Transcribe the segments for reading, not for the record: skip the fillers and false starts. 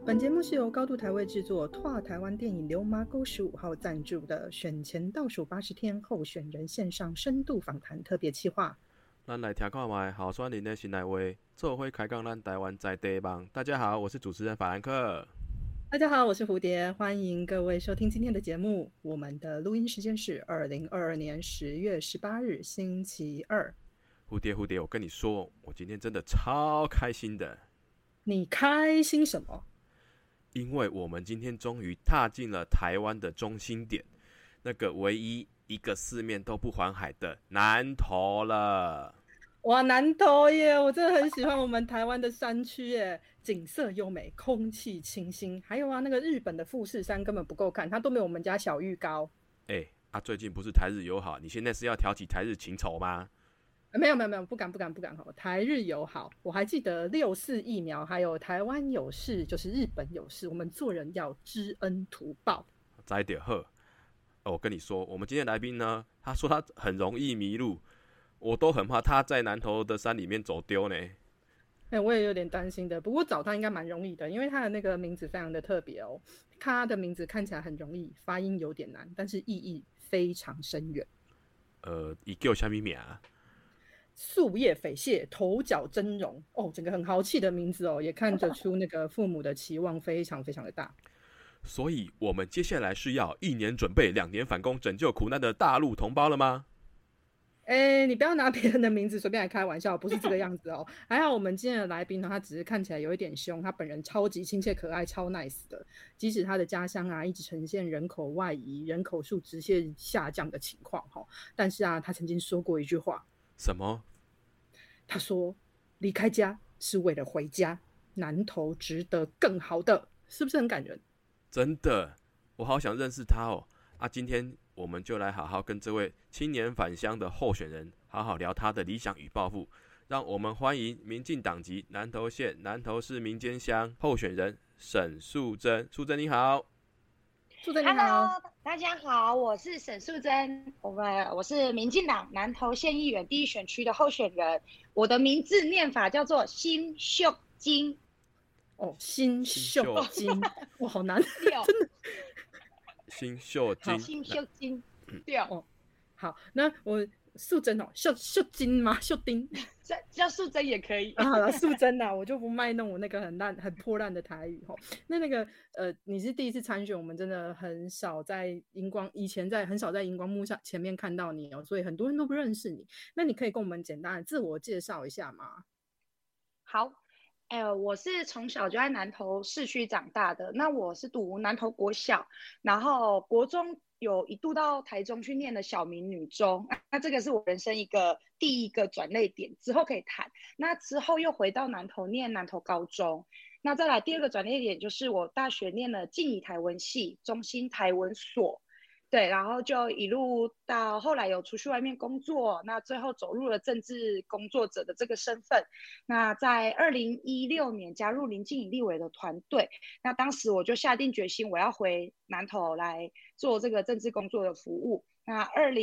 本节目是由高度台位制作、拓台湾电影流麻沟15号赞助的选前倒数80天候选人线上深度访谈特别企划。 咱来听看卖候选人的心内话，做伙开讲咱台湾在地梦。大家好，我是主持人法兰克。 大家好，我是蝴蝶，欢迎各位收听今天的节目。我们的录音时间是2022年10月18日星期二。 蝴蝶，我跟你说，我今天真的超开心的。 你开心什么？ 因为我们今天终于踏进了台湾的中心点，那个唯一一个四面都不环海的南投了。 哇，南投耶！我真的很喜欢我们台湾的山区耶，景色优美，空气清新。还有啊，那个日本的富士山根本不够看，它都没有我们家小玉高。 最近不是台日友好，你现在是要挑起台日情仇吗？ 没有，不敢台日友好。我还记得6·4疫苗，还有台湾有事就是日本有事，我们做人要知恩图报。 知就好。我跟你说，我们今天来宾呢，他说他很容易迷路，我都很怕他在南投的山里面走丢呢。 我也有点担心的，不过找他应该蛮容易的，因为他的那个名字非常的特别哦。他的名字看起来很容易，发音有点难，但是意义非常深远。 他叫什么名啊？ 树叶匪蟹，头角峥嵘哦，整个很豪气的名字哦，也看得出那个父母的期望非常非常的大。 所以我们接下来是要1年准备，2年反攻，拯救苦难的大陆同胞了吗？ 你不要拿别人的名字随便来开玩笑，不是这个样子哦。还好我们今天的来宾呢，他只是看起来有一点凶，他本人超级亲切可爱，超 nice 的。即使他的家乡啊一直呈现人口外移、人口数直线下降的情况但是啊，他曾经说过一句话。 什么？ 他说离开家是为了回家，南投值得更好的，是不是很感人？ 真的，我好想认识他哦。今天我们就来好好跟这位青年返乡的候选人好好聊他的理想与抱负。让我们欢迎民进党籍南投县南投市民间乡候选人沈素贞。素贞你好。 素贞你好。 Hello， 大家好，我是沈素贞，我是民进党南投县议员第1选区的候选人，我的名字念法叫做辛秀金。 辛秀金，哇，好难，真的。 辛秀金， 辛秀金，对哦。 好，那我素贞秀金吗？秀丁， 叫素贞也可以。 好了，素贞啊，我就不卖弄我那个很烂、很破烂的台语那个你是第一次参选，我们真的很少在荧光，以前很少在荧光幕上前面看到你所以很多人都不认识你。那你可以跟我们简单的自我介绍一下吗？ 好。我是从小就在南投市区长大的，那我是读南投国小，然后国中有一度到台中去念的小明女中，那这个是我人生第一个转捩点，之后可以谈。那之后又回到南投念南投高中，那再来第2个转捩点就是我大学念了静宜台文系，中兴台文所。对，然后就一路到后来有出去外面工作，那最后走入了政治工作者的这个身份。那在2016年加入林静怡立委的团队，那当时我就下定决心，我要回南投来做这个政治工作的服务。那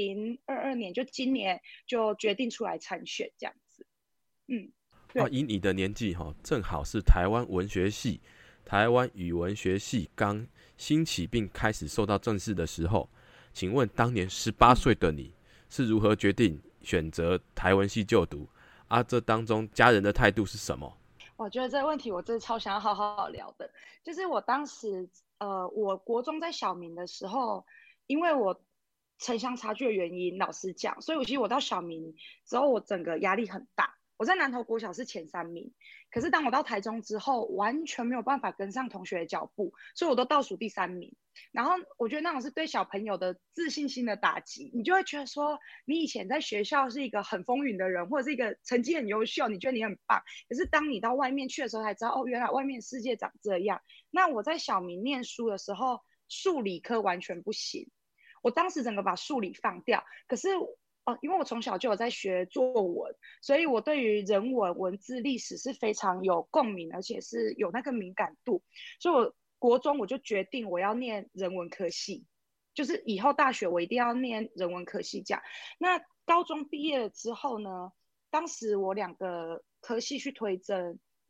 2022年就今年就决定出来参选这样子。 以你的年纪正好是台湾文学系、台湾语文学系刚兴起并开始受到正视的时候，请问当年18岁的你是如何决定选择台文系就读？这当中家人的态度是什么？ 我觉得这个问题我真的超想要好好聊的。就是我当时我国中在小明的时候，因为我城乡差距的原因，老实讲，所以其实我到小明之后，我整个压力很大。我在南投国小是前3名，可是当我到台中之后，完全没有办法跟上同学的脚步，所以我都倒数第3名。然后我觉得那种是对小朋友的自信心的打击，你就会觉得说，你以前在学校是一个很风云的人，或者是一个成绩很优秀，你觉得你很棒，可是当你到外面去的时候才知道，原来外面世界长这样。那我在小明念书的时候，数理科完全不行，我当时整个把数理放掉。可是因为我从小就有在学作文，所以我对于人文、文字、历史是非常有共鸣，而且是有那个敏感度。所以我国中我就决定我要念人文科系，就是以后大学我一定要念人文科系这样。那高中毕业了之后呢，当时我2个科系去推甄，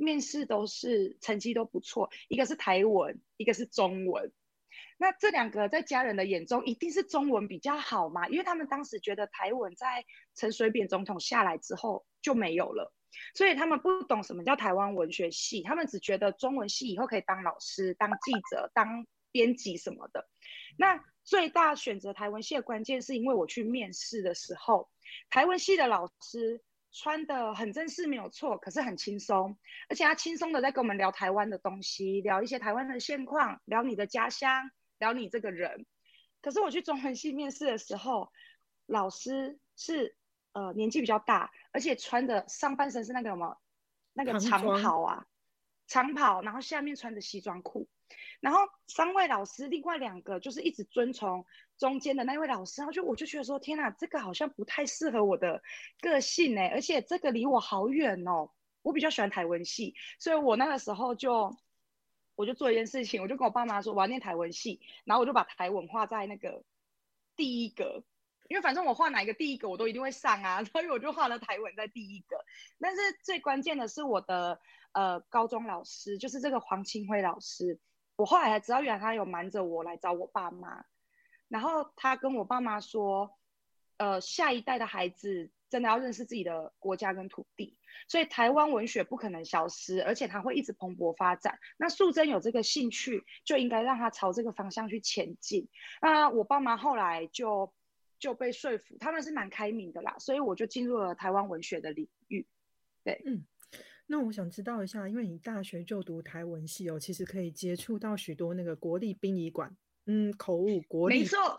面试都是成绩都不错，一个是台文，一个是中文。那这两个在家人的眼中一定是中文比较好嘛，因为他们当时觉得台文在陈水扁总统下来之后就没有了，所以他们不懂什么叫台湾文学系，他们只觉得中文系以后可以当老师、当记者、当编辑什么的。那最大选择台文系的关键是因为我去面试的时候，台文系的老师穿的很正式没有错，可是很轻松，而且他轻松的在跟我们聊台湾的东西，聊一些台湾的现况，聊你的家乡，聊你这个人。可是我去中文系面试的时候，老师是年纪比较大，而且穿的上半身是那个什么那个长袍啊，长袍，然后下面穿着西装裤。然后3位老师，另外2个就是一直遵从中间的那位老师，然后我就觉得说，天哪，这个好像不太适合我的个性而且这个离我好远哦。我比较喜欢台文系，所以我那个时候我就做一件事情，我就跟我爸妈说我要念台文系，然后我就把台文画在那个第一格，因为反正我画哪一个第一个我都一定会上啊，所以我就画了台文在第一个。但是最关键的是我的高中老师，就是这个黄清辉老师，我后来才知道原来他有瞒着我来找我爸妈，然后他跟我爸妈说下一代的孩子真的要认识自己的国家跟土地，所以台湾文学不可能消失，而且它会一直蓬勃发展。那素贞有这个兴趣，就应该让他朝这个方向去前进。那我爸妈后来就被说服，他们是蛮开明的啦，所以我就进入了台湾文学的领域。对， 那我想知道一下，因为你大学就读台文系其实可以接触到许多那个国立殡仪馆，口误，国立没错。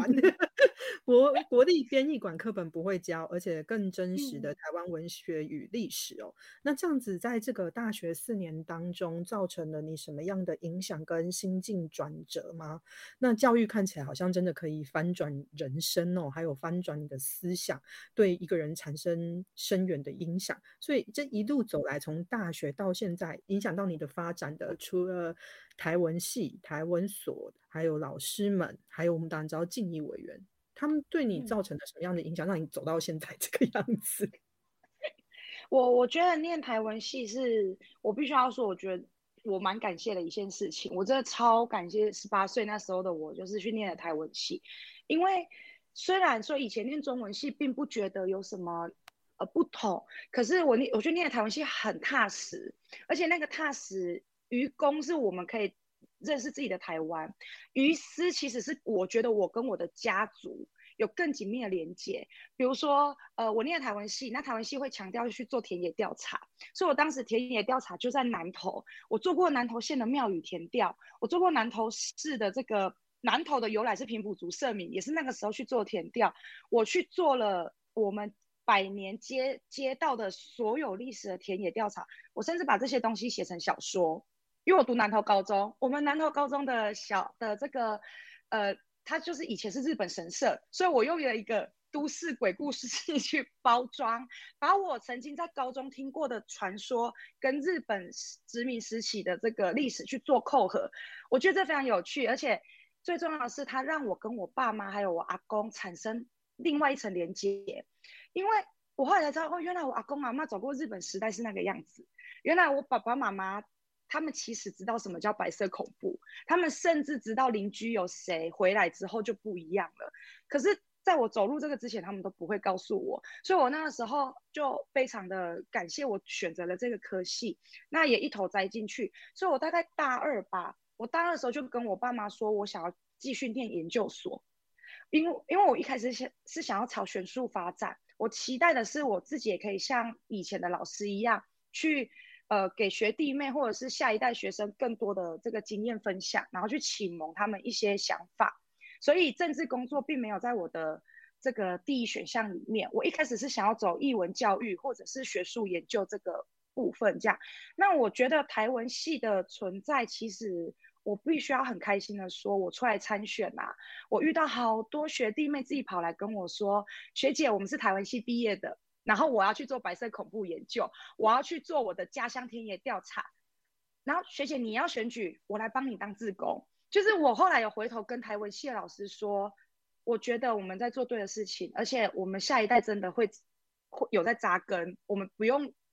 国立编译馆课本不会教，而且更真实的台湾文学与历史那这样子在这个大学4年当中造成了你什么样的影响跟心境转折吗？那教育看起来好像真的可以翻转人生还有翻转你的思想，对一个人产生深远的影响。所以这一路走来，从大学到现在影响到你的发展的，除了台文系、台文所，还有老师们，还有我们当然知道敬义委员，他们对你造成了什么样的影响，让你走到现在这个样子？ 我觉得念台文系是我必须要说，我觉得我蛮感谢的一件事情。我真的超感谢18岁那时候的我，就是去念了台文系。因为虽然说以前念中文系并不觉得有什么不同，可是我觉得念的台文系很踏实，而且那个踏实于公是我们可以认识自己的台湾，于私其实是我觉得我跟我的家族有更紧密的连接。比如说我念的台文系，那台文系会强调去做田野调查，所以我当时田野调查就在南投，我做过南投县的庙宇田调，我做过南投市的这个南投的由来是平埔族社民，也是那个时候去做田调，我去做了我们100年街道的所有历史的田野调查，我甚至把这些东西写成小说。因为我读南投高中，我们南投高中的这个它就是以前是日本神社，所以我用了一个都市鬼故事去包装，把我曾经在高中听过的传说跟日本殖民时期的这个历史去做扣合，我觉得这非常有趣，而且最重要的是它让我跟我爸妈还有我阿公产生另外一层连接。因为我后来才知道原来我阿公阿嬷走过日本时代是那个样子，原来我爸爸妈妈他们其实知道什么叫白色恐怖，他们甚至知道邻居有谁回来之后就不一样了，可是在我走入这个之前他们都不会告诉我，所以我那个时候就非常的感谢我选择了这个科系，那也一头栽进去。所以我大概大2吧，我大2的时候就跟我爸妈说我想要继续念研究所，因为我一开始是想要朝学术发展，我期待的是我自己也可以像以前的老师一样去给学弟妹或者是下一代学生更多的这个经验分享，然后去启蒙他们一些想法。所以政治工作并没有在我的这个第一选项里面，我一开始是想要走艺文教育或者是学术研究这个部分这样。那我觉得台文系的存在，其实我必须要很开心的说，我出来参选啊，我遇到好多学弟妹自己跑来跟我说，学姐我们是台文系毕业的，然后我要去做白色恐怖研究，我要去做我的家乡田野调查，然后学姐你要选举，我来帮你当志工。就是我后来有回头跟台文系的老师说，我觉得我们在做对的事情，而且我们下一代真的会有在扎根，我们不用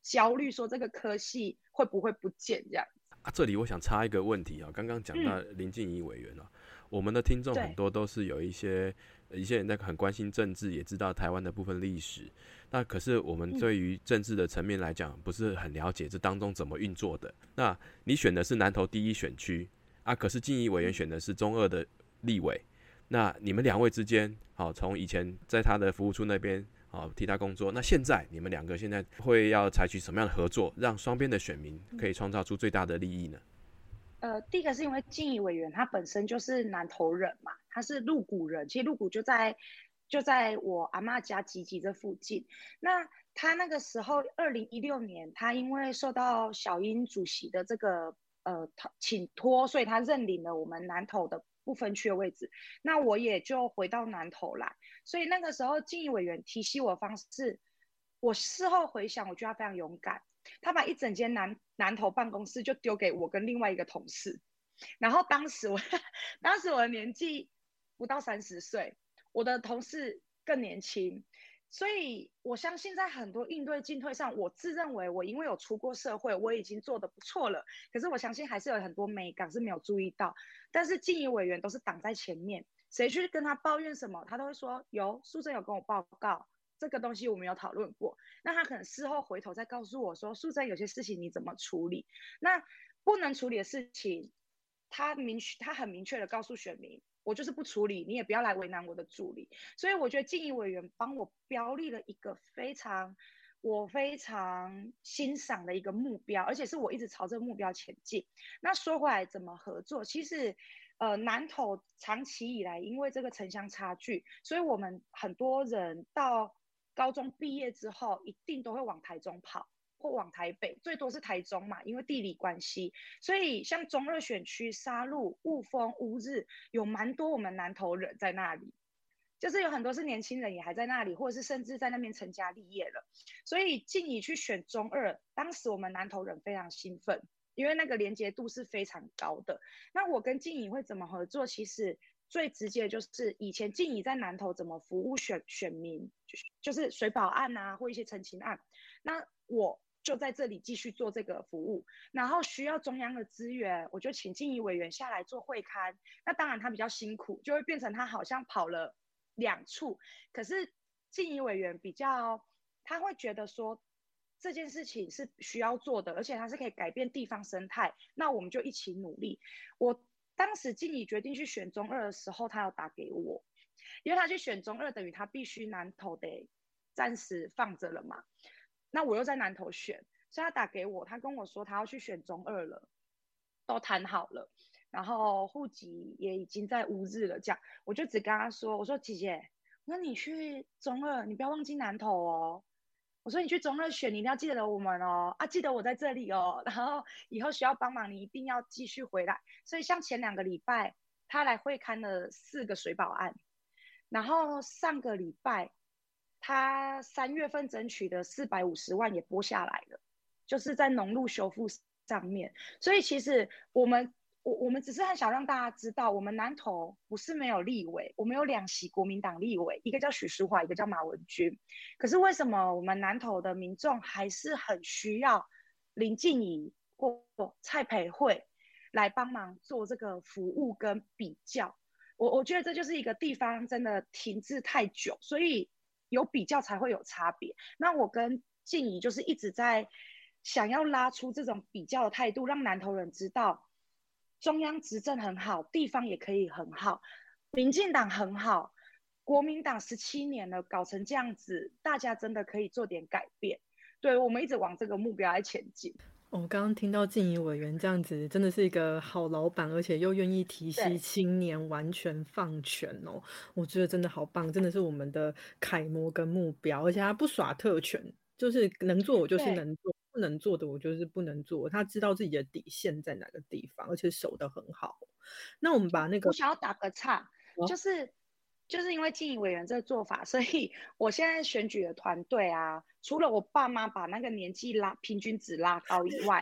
焦虑，说这个科系会不会不见这样这里我想插一个问题啊，刚刚讲到林静怡委员我们的听众很多都是有一些人在很关心政治，也知道台湾的部分历史。那可是我们对于政治的层面来讲，不是很了解这当中怎么运作的。那你选的是南投第1选区可是静怡委员选的是中2的立委。那你们2位之间，从以前在他的服务处那边替他工作，那现在你们2个现在会要采取什么样的合作，让双边的选民可以创造出最大的利益呢？ 第一个是因为静怡委员他本身就是南投人嘛，他是鹿谷人，其实鹿谷就在我阿嬷家集集这附近。那他那个时候2016年，他因为受到小英主席的这个请托，所以他认领了我们南投的不分区的位置。那我也就回到南投来，所以那个时候静怡委员提携我的方式，我事后回想，我觉得他非常勇敢。他把一整间南投办公室就丢给我跟另外一个同事，然后当时我的年纪不到30岁，我的同事更年轻，所以我相信在很多应对进退上，我自认为我因为有出过社会，我已经做得不错了。可是我相信还是有很多美感是没有注意到，但是静怡委员都是挡在前面，谁去跟他抱怨什么，他都会说素贞有跟我报告。这个东西我们有讨论过，那他可能事后回头再告诉我说，素贞有些事情你怎么处理？那不能处理的事情，他很明确的告诉选民，我就是不处理，你也不要来为难我的助理。所以我觉得静怡委员帮我标立了一个我非常欣赏的一个目标，而且是我一直朝这个目标前进。那说回来怎么合作，其实南投长期以来因为这个城乡差距，所以我们很多人到高中毕业之后一定都会往台中跑或往台北，最多是台中嘛，因为地理关系。所以像中2选区沙鹿、雾峰、乌日有蛮多我们南投人在那里，就是有很多是年轻人也还在那里，或者是甚至在那边成家立业了。所以静怡去选中2，当时我们南投人非常兴奋，因为那个连结度是非常高的。那我跟静怡会怎么合作？其实最直接就是以前静怡在南投怎么服务选民，就是水保案啊，或一些陈情案，那我就在这里继续做这个服务。然后需要中央的资源，我就请静怡委员下来做会勘。那当然他比较辛苦，就会变成他好像跑了2处，可是静怡委员他会觉得说这件事情是需要做的，而且它是可以改变地方生态，那我们就一起努力。我当时静怡决定去选中2的时候，他有打给我，因为他去选中2等于他必须南投得暂时放着了嘛，那我又在南投选，所以他打给我，他跟我说他要去选中2了，都谈好了，然后户籍也已经在乌日了，这样我就只跟他说，我说姐姐，那你去中2，你不要忘记南投哦。我说你去中2选，你一定要记得我们哦，记得我在这里哦，然后以后需要帮忙，你一定要继续回来。所以像前2个礼拜，他来会勘了4个水保案，然后上个礼拜他3月份争取的450万也拨下来了，就是在农路修复上面。所以其实我们只是很想让大家知道，我们南投不是没有立委，我们有2席国民党立委，一个叫许淑华，一个叫马文君。可是为什么我们南投的民众还是很需要林静怡或蔡培慧来帮忙做这个服务跟比较？我觉得这就是一个地方真的停滞太久，所以有比较才会有差别。那我跟静怡就是一直在想要拉出这种比较的态度，让南投人知道中央执政很好，地方也可以很好，民进党很好，国民党17年了，搞成这样子，大家真的可以做点改变。对，我们一直往这个目标来前进。 刚刚听到静怡委员这样子，真的是一个好老板，而且又愿意提携青年，完全放权哦。我觉得真的好棒，真的是我们的楷模跟目标，而且他不耍特权，就是能做我就是能做，不能做的我就是不能做。他知道自己的底线在哪个地方，而且守得很好。那我们把那个， 我想要打个岔，就是因为静怡委员这个做法，所以我现在选举的团队啊，除了我爸妈把那个年纪平均值拉高以外，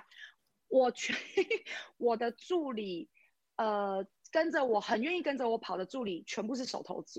我的助理，很愿意跟着我跑的助理，全部是手头族。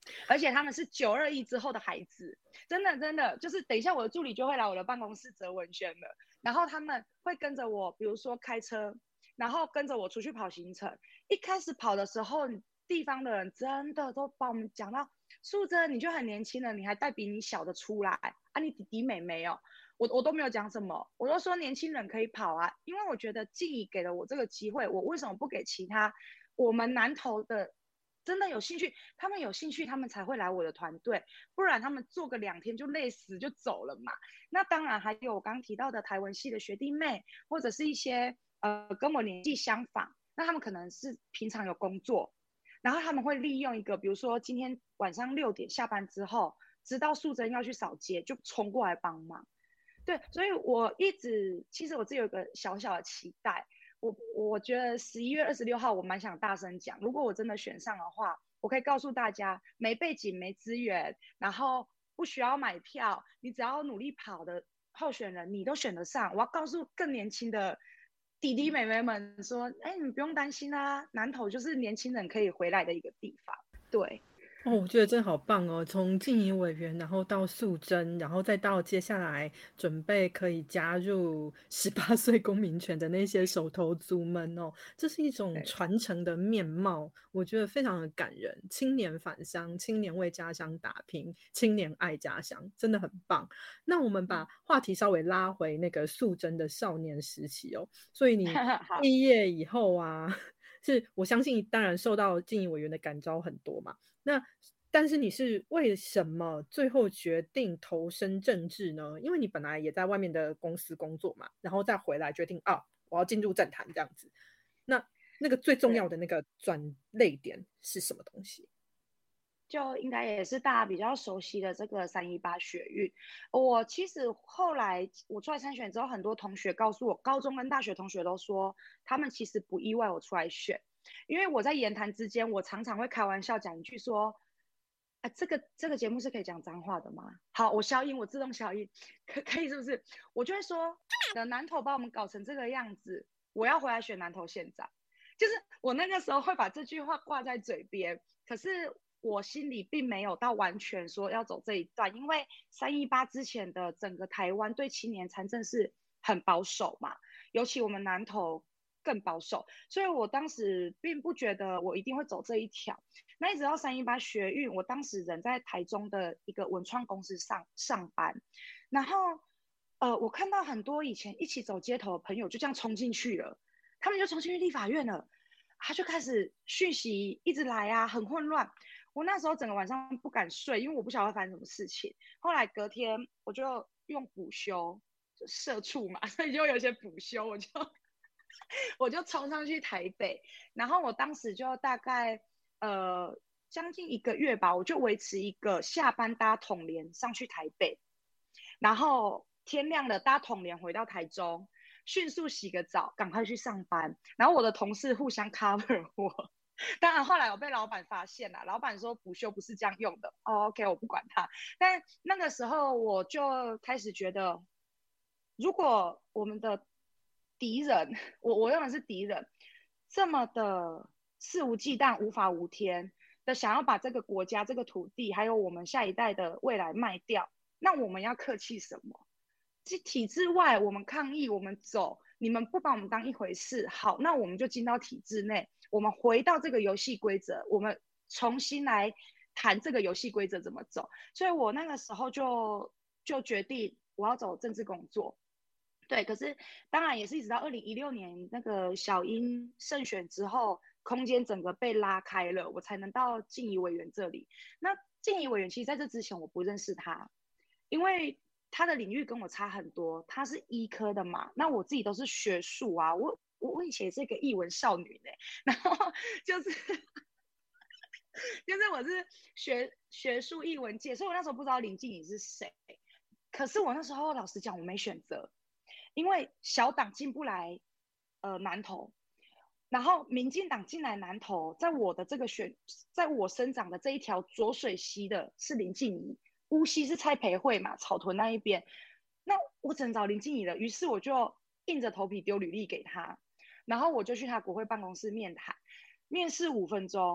而且他们是921之后的孩子，真的真的，就是等一下我的助理就会来我的办公室折文宣了，然后他们会跟着我，比如说开车，然后跟着我出去跑行程。一开始跑的时候，地方的人真的都把我们讲到，素贞你就很年轻了，你还带比你小的出来啊，你弟弟妹妹哦。我都没有讲什么，我都说年轻人可以跑啊，因为我觉得静怡给了我这个机会，我为什么不给其他我们南投的真的有兴趣，他们有兴趣，他们才会来我的团队，不然他们做个2天就累死就走了嘛。那当然还有我刚提到的台文系的学弟妹，或者是一些跟我年纪相仿，那他们可能是平常有工作，然后他们会利用一个，比如说今天晚上6点下班之后，知道素贞要去扫街，就冲过来帮忙。对，所以我一直其实我自己有一个小小的期待，我觉得11月26号我蛮想大声讲，如果我真的选上的话，我可以告诉大家，没背景、没资源，然后不需要买票，你只要努力跑的候选人，你都选得上。我要告诉更年轻的弟弟妹妹们说，哎，你们不用担心啦，南投就是年轻人可以回来的一个地方。对。 哦，我觉得真的好棒哦！从静怡委员，然后到素贞，然后再到接下来准备可以加入18岁公民权的那些手头族们哦，这是一种传承的面貌，我觉得非常的感人。青年返乡，青年为家乡打拼，青年爱家乡，真的很棒。那我们把话题稍微拉回那个素贞的少年时期哦，所以你毕业以后啊，是我相信当然受到静怡委员的感召很多嘛。那但是你是为什么最后决定投身政治呢？因为你本来也在外面的公司工作嘛，然后再回来决定我要进入政坛这样子。那个最重要的那个转捩点是什么东西？ 就应该也是大家比较熟悉的这个318学运。我其实后来我出来参选之后，很多同学告诉我，高中跟大学同学都说，他们其实不意外我出来选，因为我在言谈之间，我常常会开玩笑讲一句说，这个节目是可以讲脏话的吗？好，我消音，我自动消音，可以是不是？我就会说，南投把我们搞成这个样子，我要回来选南投县长。就是我那个时候会把这句话挂在嘴边，可是我心里并没有到完全说要走这一段，因为318之前的整个台湾对青年参政是很保守嘛，尤其我们南投更保守，所以我当时并不觉得我一定会走这一条。那一直到318学运，我当时人在台中的一个文创公司上班，然后我看到很多以前一起走街头的朋友就这样冲进去了，他们就冲进去立法院了，他就开始讯息一直来啊，很混乱。我那时候整个晚上不敢睡，因为我不晓得会发生什么事情。后来隔天我就用补休，就社畜嘛，所以就有些补休，我就冲上去台北，然后我当时就大概将近1个月吧，我就维持一个下班搭统联上去台北，然后天亮了搭统联回到台中，迅速洗个澡，赶快去上班。然后我的同事互相 cover 我。当然后来我被老板发现了，老板说补休不是这样用的。OK， 我不管他。但那个时候我就开始觉得，如果我们的敌人，我用的是敌人，这么的肆无忌惮、无法无天的想要把这个国家、这个土地，还有我们下一代的未来卖掉，那我们要客气什么？体制外我们抗议，我们走，你们不把我们当一回事，好，那我们就进到体制内，我们回到这个游戏规则，我们重新来谈这个游戏规则怎么走。所以我那个时候就决定我要走政治工作。对，可是当然也是一直到2016年那个小英胜选之后，空间整个被拉开了，我才能到静怡委员这里。那静怡委员其实在这之前我不认识他，因为他的领域跟我差很多，他是医科的嘛，那我自己都是学术啊，我以前也是一个艺文少女呢，然后就是我是学术艺文界，所以我那时候不知道林静怡是谁。可是我那时候老实讲，我没选择，因为小党进不来南投，然后民进党进来南投，在我生长的这一条浊水溪的是林静怡，乌溪是蔡培慧嘛，草屯那一边，那我只能找林静怡了。于是我就硬着头皮丢履历给他，然后我就去他国会办公室面谈，面试5分钟，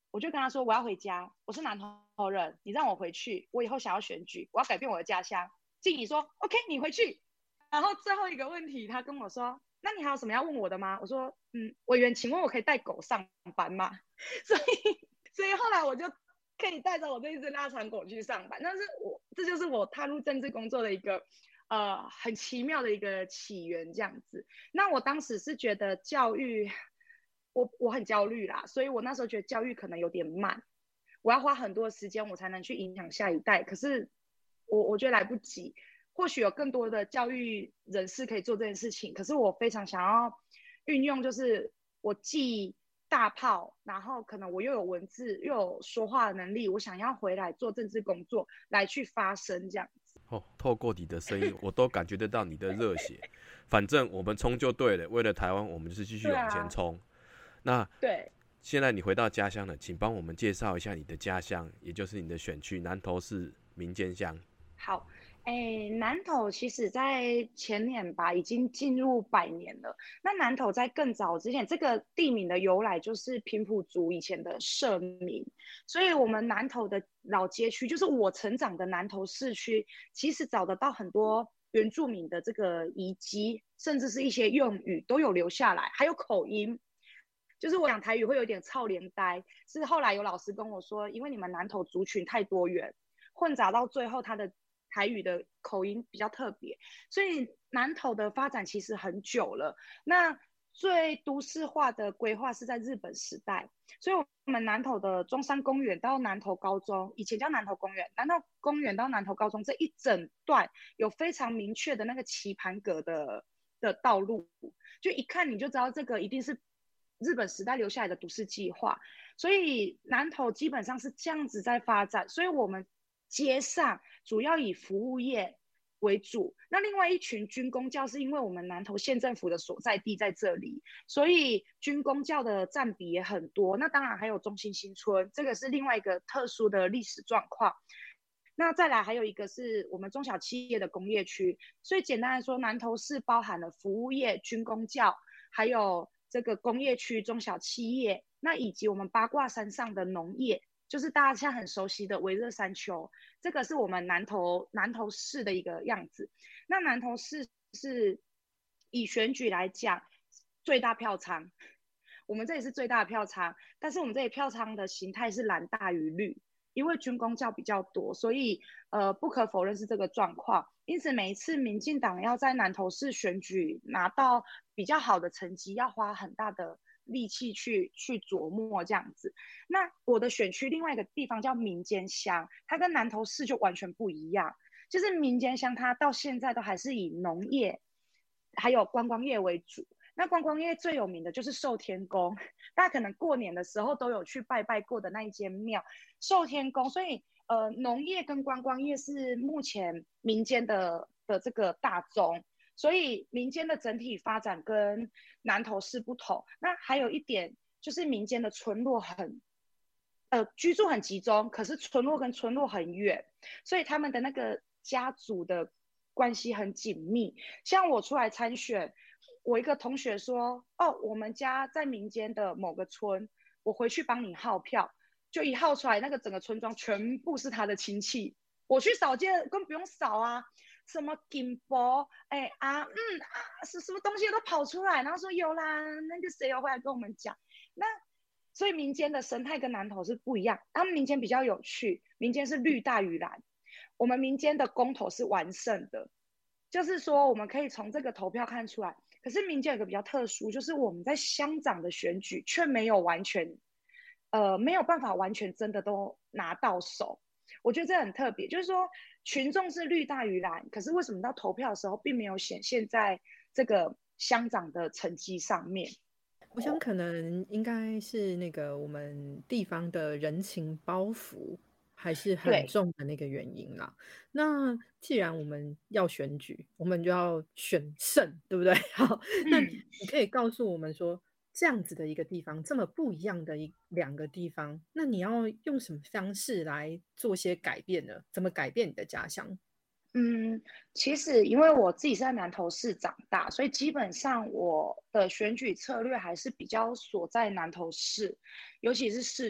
我就跟他说我要回家，我是南投人，你让我回去，我以后想要选举，我要改变我的家乡。静怡说 OK 你回去。然后最后一个问题他跟我说，那你还有什么要问我的吗？我说委员请问我可以带狗上班吗？所以后来我就可以带着我这一只腊肠狗去上班。但是这就是我踏入政治工作的一个很奇妙的一个起源这样子。那我当时是觉得教育我很焦虑啦，所以我那时候觉得教育可能有点慢，我要花很多时间我才能去影响下一代，可是我觉得来不及。或许有更多的教育人士可以做这件事情，可是我非常想要运用，就是我既大炮，然后可能我又有文字又有说话的能力，我想要回来做政治工作，来去发声这样子。 透过你的声音我都感觉得到你的热血。反正我们冲就对了，为了台湾我们就是继续往前冲。那对， 现在你回到家乡了，请帮我们介绍一下你的家乡，也就是你的选区南投市民间乡。 好，南投其实在前年吧，已经进入100年了。那南投在更早之前，这个地名的由来就是平埔族以前的社民，所以我们南投的老街区，就是我成长的南投市区，其实找得到很多原住民的这个遗迹，甚至是一些用语都有留下来，还有口音。就是我讲台语会有点臭连呆，是后来有老师跟我说，因为你们南投族群太多元，混杂到最后，它的台语的口音比较特别，所以南投的发展其实很久了。那最都市化的规划是在日本时代，所以我们南投的中山公园到南投高中，以前叫南投公园，南投公园到南投高中这一整段有非常明确的那个棋盘格的道路，就一看你就知道这个一定是日本时代留下来的都市计划。所以南投基本上是这样子在发展，所以我们街上主要以服务业为主。那另外一群军公教是因为我们南投县政府的所在地在这里，所以军公教的占比也很多。那当然还有中心新村，这个是另外一个特殊的历史状况。那再来还有一个是我们中小企业的工业区，所以简单来说，南投市包含了服务业、军公教，还有这个工业区、中小企业，那以及我们八卦山上的农业，就是大家现在很熟悉的微热山丘，这个是我们南投市的一个样子。那南投市是以选举来讲最大票仓，我们这里是最大的票仓，但是我们这里票仓的形态是蓝大于绿，因为军公教比较多，所以不可否认是这个状况。因此每一次民进党要在南投市选举拿到比较好的成绩，要花很大的力气去琢磨这样子。那我的选区另外一个地方叫民间乡，它跟南投市就完全不一样。就是民间乡它到现在都还是以农业还有观光业为主。那观光业最有名的就是寿天宫，大家可能过年的时候都有去拜拜过的那一间庙寿天宫。所以农业跟观光业是目前民间的这个大宗，所以民间的整体发展跟南投市不同。那还有一点就是民间的村落居住很集中，可是村落跟村落很远，所以他们的那个家族的关系很紧密。像我出来参选，我一个同学说，我们家在民间的某个村，我回去帮你号票，就一号出来，那个整个村庄全部是他的亲戚。我去扫街根本不用扫啊，什么金箔，是什么东西都跑出来，然后说有啦，那个谁有回来跟我们讲。那所以民间的生态跟南投是不一样，他们民间比较有趣，民间是绿大于蓝，我们民间的公投是完胜的，就是说我们可以从这个投票看出来。可是民间有个比较特殊，就是我们在乡长的选举却没有完全没有办法完全真的都拿到手。我觉得这很特别，就是说群众是绿大于蓝，可是为什么到投票的时候并没有显现在这个乡长的成绩上面？ 我想可能应该是那个我们地方的人情包袱还是很重的那个原因啦。那既然我们要选举，我们就要选胜，对不对？好，那你可以告诉我们说，这样子的一个地方，这么不一样的两个地方，那你要用什么方式来做些改变呢？怎么改变你的家乡？ 其实因为我自己是在南投市长大，所以基本上我的选举策略还是比较锁在南投市，尤其是市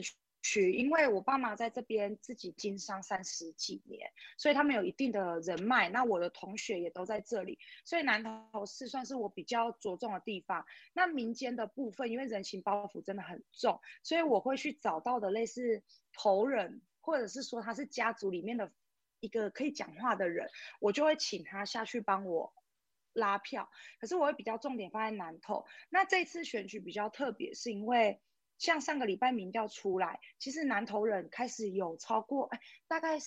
区，因为我爸妈在这边自己经商30几年，所以他们有一定的人脉。那我的同学也都在这里，所以南投市算是我比较着重的地方。那民间的部分，因为人情包袱真的很重，所以我会去找到的类似头人，或者是说他是家族里面的一个可以讲话的人，我就会请他下去帮我拉票。可是我会比较重点放在南投。那这次选举比较特别，是因为像上个礼拜民调出来，其实南投人开始有超过大概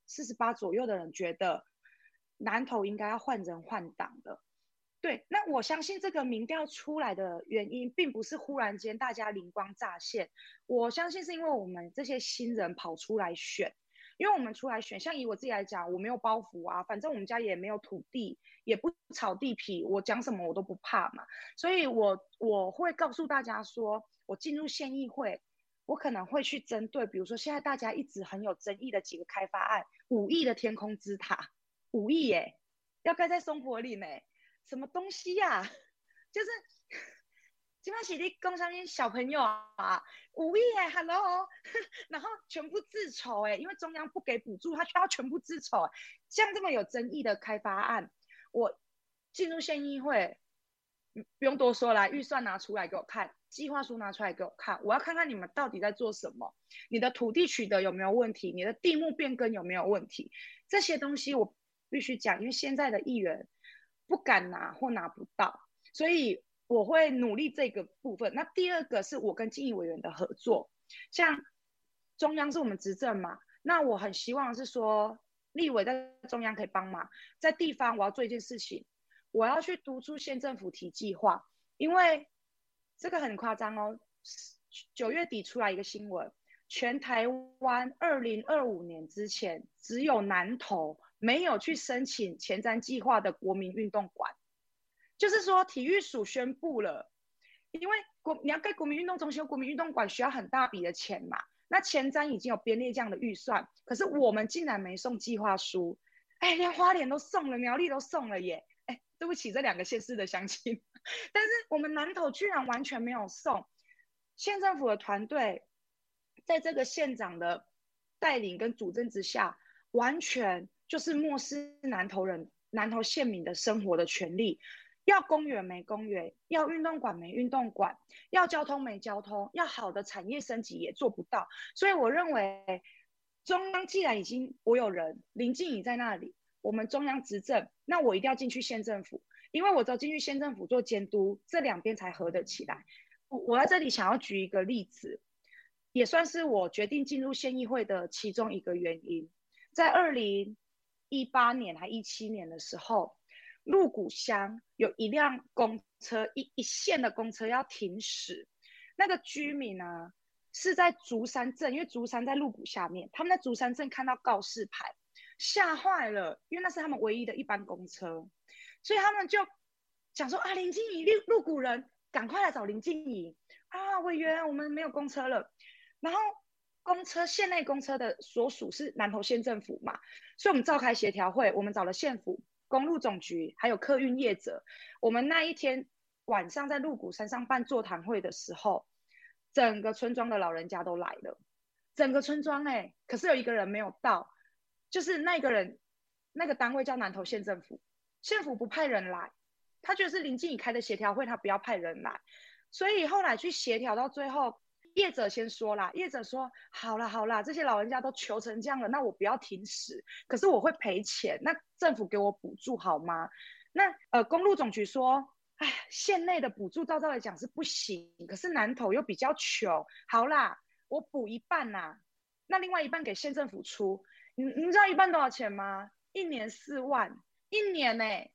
48左右的人觉得南投应该要换人换党的。对，那我相信这个民调出来的原因，并不是忽然间大家灵光乍现，我相信是因为我们这些新人跑出来选。因为我们出来选，像以我自己来讲，我没有包袱啊，反正我们家也没有土地，也不炒地皮，我讲什么我都不怕嘛。所以我会告诉大家说，我进入县议会，我可能会去针对，比如说现在大家一直很有争议的几个开发案，5亿的天空之塔，5亿耶，要盖在松坡岭呢，什么东西呀、就是基本上是你讲上面小朋友啊，5亿耶 ，Hello， 然后全部自筹因为中央不给补助，他需要全部自筹像这么有争议的开发案，我进入县议会，不用多说了，预算拿出来给我看，计划书拿出来给我看，我要看看你们到底在做什么，你的土地取得有没有问题，你的地目变更有没有问题，这些东西我必须讲，因为现在的议员不敢拿或拿不到，所以我会努力这个部分。那第二个是我跟经议委员的合作，像中央是我们执政嘛，那我很希望是说立委在中央可以帮忙，在地方我要做一件事情，我要去督促县政府提计划，因为这个很夸张哦。9月底出来一个新闻，全台湾2025年之前，只有南投没有去申请前瞻计划的国民运动馆。就是说体育署宣布了，因为你要盖国民运动中心、国民运动馆需要很大笔的钱嘛，那前瞻已经有编列这样的预算，可是我们竟然没送计划书，连花莲都送了，苗栗都送了耶，对不起这2个县市的乡亲，但是我们南投居然完全没有送。县政府的团队在这个县长的带领跟主政之下，完全就是漠视南投县民的生活的权利。要公园没公园，要运动馆没运动馆，要交通没交通，要好的产业升级也做不到。所以我认为中央既然已经我有人林静怡在那里，我们中央执政，那我一定要进去县政府，因为我只有进去县政府做监督，这2边才合得起来。我在这里想要举一个例子，也算是我决定进入县议会的其中一个原因。在2018年还17年的时候，鹿谷乡有一辆公车，一线的公车要停驶，那个居民啊是在竹山镇，因为竹山在鹿谷下面，他们在竹山镇看到告示牌，吓坏了，因为那是他们唯一的一班公车，所以他们就讲说林静怡鹿谷人，赶快来找林静怡委员，我们没有公车了。然后县内公车的所属是南投县政府嘛，所以我们召开协调会，我们找了县府、公路总局还有客运业者，我们那一天晚上在鹿谷山上办座谈会的时候，整个村庄的老人家都来了，整个村庄可是有一个人没有到，就是那个人，那个单位叫南投县政府，县府不派人来，他觉得是林静怡开的协调会，他不要派人来，所以后来去协调到最后，业者先说啦，业者说好啦，这些老人家都求成这样了，那我不要停驶，可是我会赔钱，那政府给我补助好吗？那公路总局说，县内的补助照来讲是不行，可是南投又比较穷，好啦，我补一半啦，那另外一半给县政府出，你知道一半多少钱吗？1年4万，一年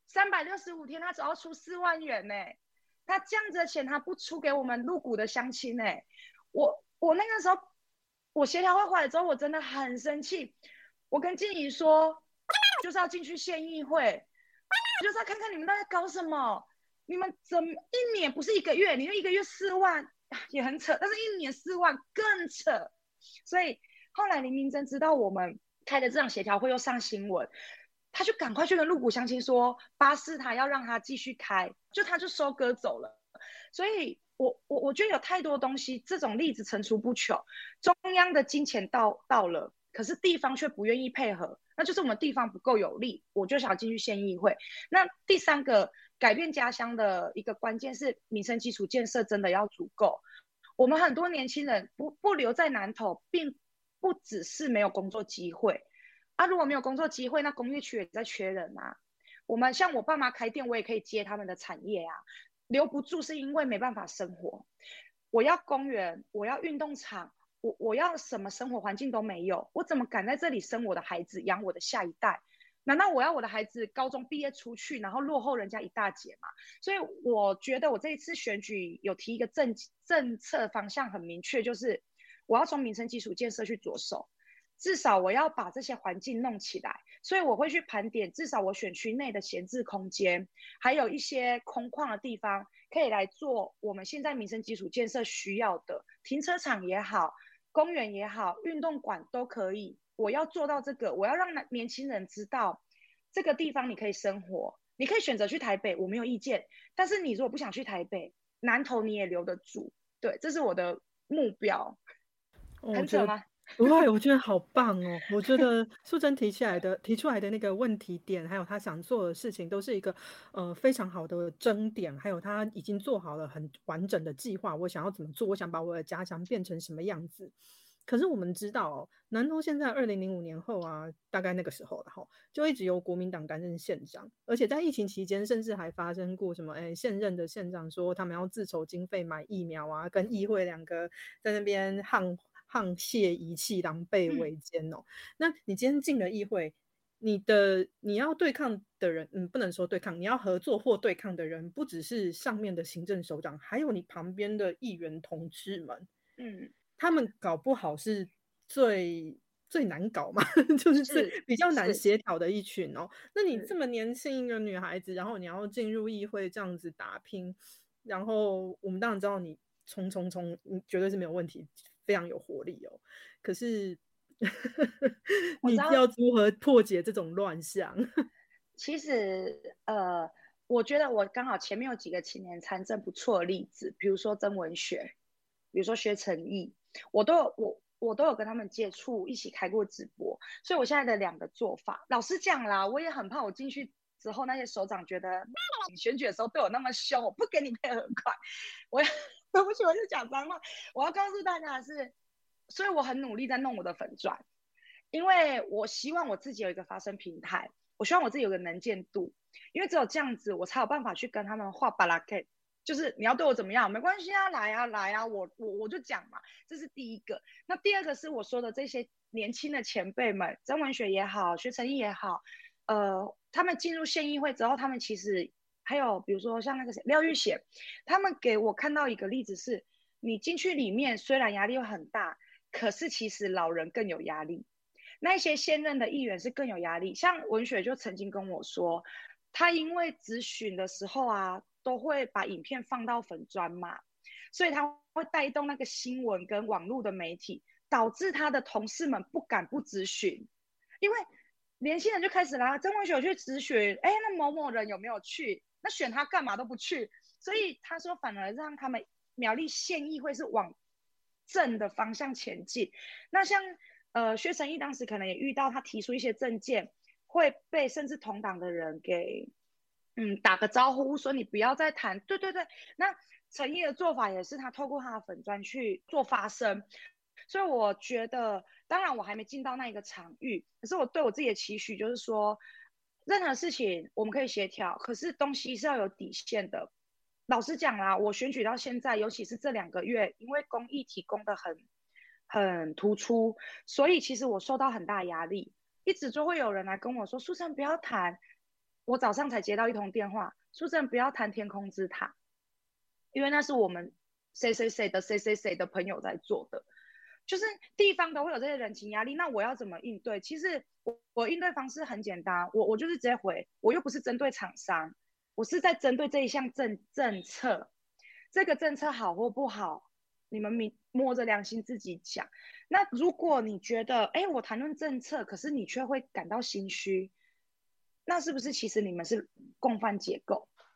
365天他只要出4万元他这样子的钱他不出给我们鹿谷的乡亲我那个时候我协调会回来之后，我真的很生气，我跟静怡说，就是要进去县议会，就是要看看你们在搞什么，你们怎么一年不是1个月，你就1个月4万也很扯，但是1年4万更扯。所以后来林明珍知道我们开的这场协调会又上新闻，他就赶快去跟鹿谷乡亲说巴士他要让他继续开，他就收割走了。 所以我觉得有太多东西，这种例子层出不穷。中央的金钱到了，可是地方却不愿意配合，那就是我们地方不够有力。我就想进去县议会。那第三个改变家乡的一个关键是民生基础建设真的要足够。我们很多年轻人不留在南投，并不只是没有工作机会啊。如果没有工作机会，那工业区也在缺人啊。像我爸妈开店，我也可以接他们的产业啊。留不住是因为没办法生活。我要公园，我要运动场，我要什么生活环境都没有，我怎么敢在这里生我的孩子，养我的下一代？难道我要我的孩子高中毕业出去，然后落后人家一大截吗？所以我觉得我这一次选举有提一个政策方向很明确，就是我要从民生基础建设去着手，至少我要把这些环境弄起来。所以我会去盘点，至少我选区内的闲置空间，还有一些空旷的地方，可以来做我们现在民生基础建设需要的停车场也好，公园也好，运动馆都可以。我要做到这个，我要让年轻人知道这个地方你可以生活，你可以选择去台北，我没有意见。但是你如果不想去台北，南投你也留得住。对，这是我的目标。很扯吗？ 不会，我觉得好棒哦！我觉得素贞提出来的那个问题点，还有他想做的事情，都是一个非常好的争点，还有他已经做好了很完整的计划。我想要怎么做？我想把我的家乡变成什么样子？可是我们知道哦，南投现在2005年后啊，大概那个时候了哈，就一直由国民党担任县长，而且在疫情期间，甚至还发生过什么现任的县长说他们要自筹经费买疫苗啊，跟议会两个在那边沆瀣一气，狼狈为奸哦。那你今天进了议会，你要对抗的人，不能说对抗，你要合作或对抗的人，不只是上面的行政首长，还有你旁边的议员同志们，他们搞不好是最难搞嘛，就是比较难协调的一群哦。那你这么年轻一个女孩子，然后你要进入议会这样子打拼，然后我们当然知道你冲，你绝对是没有问题，非常有活力哦。可是你要如何破解这种乱象？ 其实我觉得我刚好前面有几个青年参政不错的例子，比如说曾文学，比如说薛成义，我都有跟他们接触，一起开过直播。所以我现在的两个做法，老实讲啦，我也很怕我进去之后那些首长觉得你选举的时候对我那么凶，我不给你配合很快。对不起，我就讲脏话。我要告诉大家的是，所以我很努力在弄我的粉专，因为我希望我自己有一个发声平台，我希望我自己有个能见度，因为只有这样子，我才有办法去跟他们画巴拉 K。就是你要对我怎么样，没关系啊，来啊，我就讲嘛，这是第一个。那第二个是我说的这些年轻的前辈们，曾文学也好，薛成义也好，他们进入县议会之后，他们其实还有比如说像那个廖玉贤，他们给我看到一个例子是，你进去里面虽然压力会很大，可是其实老人更有压力。那一些现任的议员是更有压力，像文雪就曾经跟我说，他因为质询的时候啊，都会把影片放到粉专嘛，所以他会带动那个新闻跟网络的媒体，导致他的同事们不敢不质询，因为年轻人就开始啦，曾文雪去质询，那某某人有没有去？那选他干嘛都不去，所以他说反而让他们苗栗县议会是往正的方向前进。那像薛成义当时可能也遇到他提出一些政见会被甚至同党的人给打个招呼说你不要再谈，对，那成义的做法也是他透过他的粉专去做发声。所以我觉得当然我还没进到那一个场域，可是我对我自己的期许就是说，任何事情我们可以协调，可是东西是要有底线的。老实讲啦，我选举到现在，尤其是这2个月，因为公益提供的很突出，所以其实我受到很大压力，一直就会有人来跟我说，素贞不要谈。我早上才接到一通电话，素贞不要谈天空之塔，因为那是我们谁的朋友在做的，就是地方都会有这些人情压力。那我要怎么应对？其实我应对方式很简单，我就是直接回，我又不是针对厂商，我是在针对这一项政策，这个政策好或不好，你们摸着良心自己讲。那如果你觉得我谈论政策，可是你却会感到心虚，那是不是其实你们是共犯结构？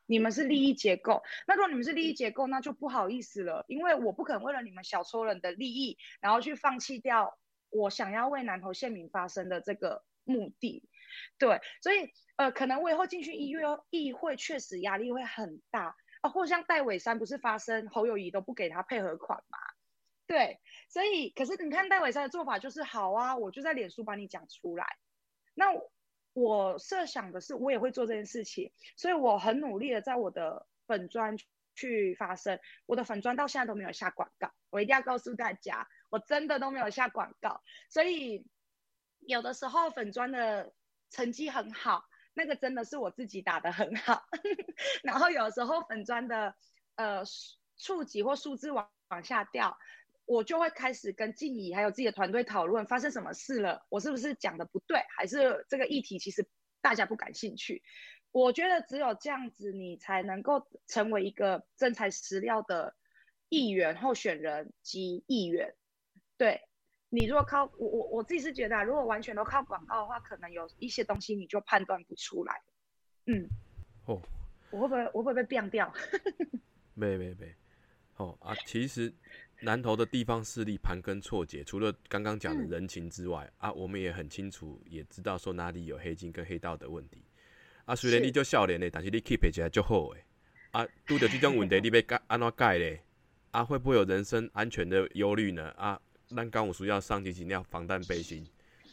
你们是利益结构。那如果你们是利益结构，那就不好意思了，因为我不可能为了你们小撮人的利益，然后去放弃掉我想要为南投县民发声的这个目的。对，所以可能我以后进去议会确实压力会很大啊，或像戴伟山不是发生侯友宜都不给他配合款嘛？对，所以可是你看戴伟山的做法就是好啊，我就在脸书把你讲出来。那我设想的是，我也会做这件事情，所以我很努力的在我的粉专去发声。我的粉专到现在都没有下广告，我一定要告诉大家，我真的都没有下广告。所以有的时候粉专的成绩很好，那个真的是我自己打得很好。然后有时候粉专的触及或数字往下掉，我就会开始跟静怡还有自己的团队讨论发生什么事了，我是不是讲的不对，还是这个议题其实大家不感兴趣。我觉得只有这样子，你才能够成为一个真材实料的议员候选人及议员。对，你如果靠我自己是觉得如果完全都靠广告的话，可能有一些东西你就判断不出来。哦，我会不会被变掉？ 没，其实南投的地方势力盘根错节，除了刚刚讲的人情之外，我们也很清楚，也知道说哪里有黑金跟黑道的问题。虽然你就少年的，但是你 keep 起来就好的。遇到这种问题，你要安怎改嘞？会不会有人身安全的忧虑呢？咱刚有需要上几要防弹背心。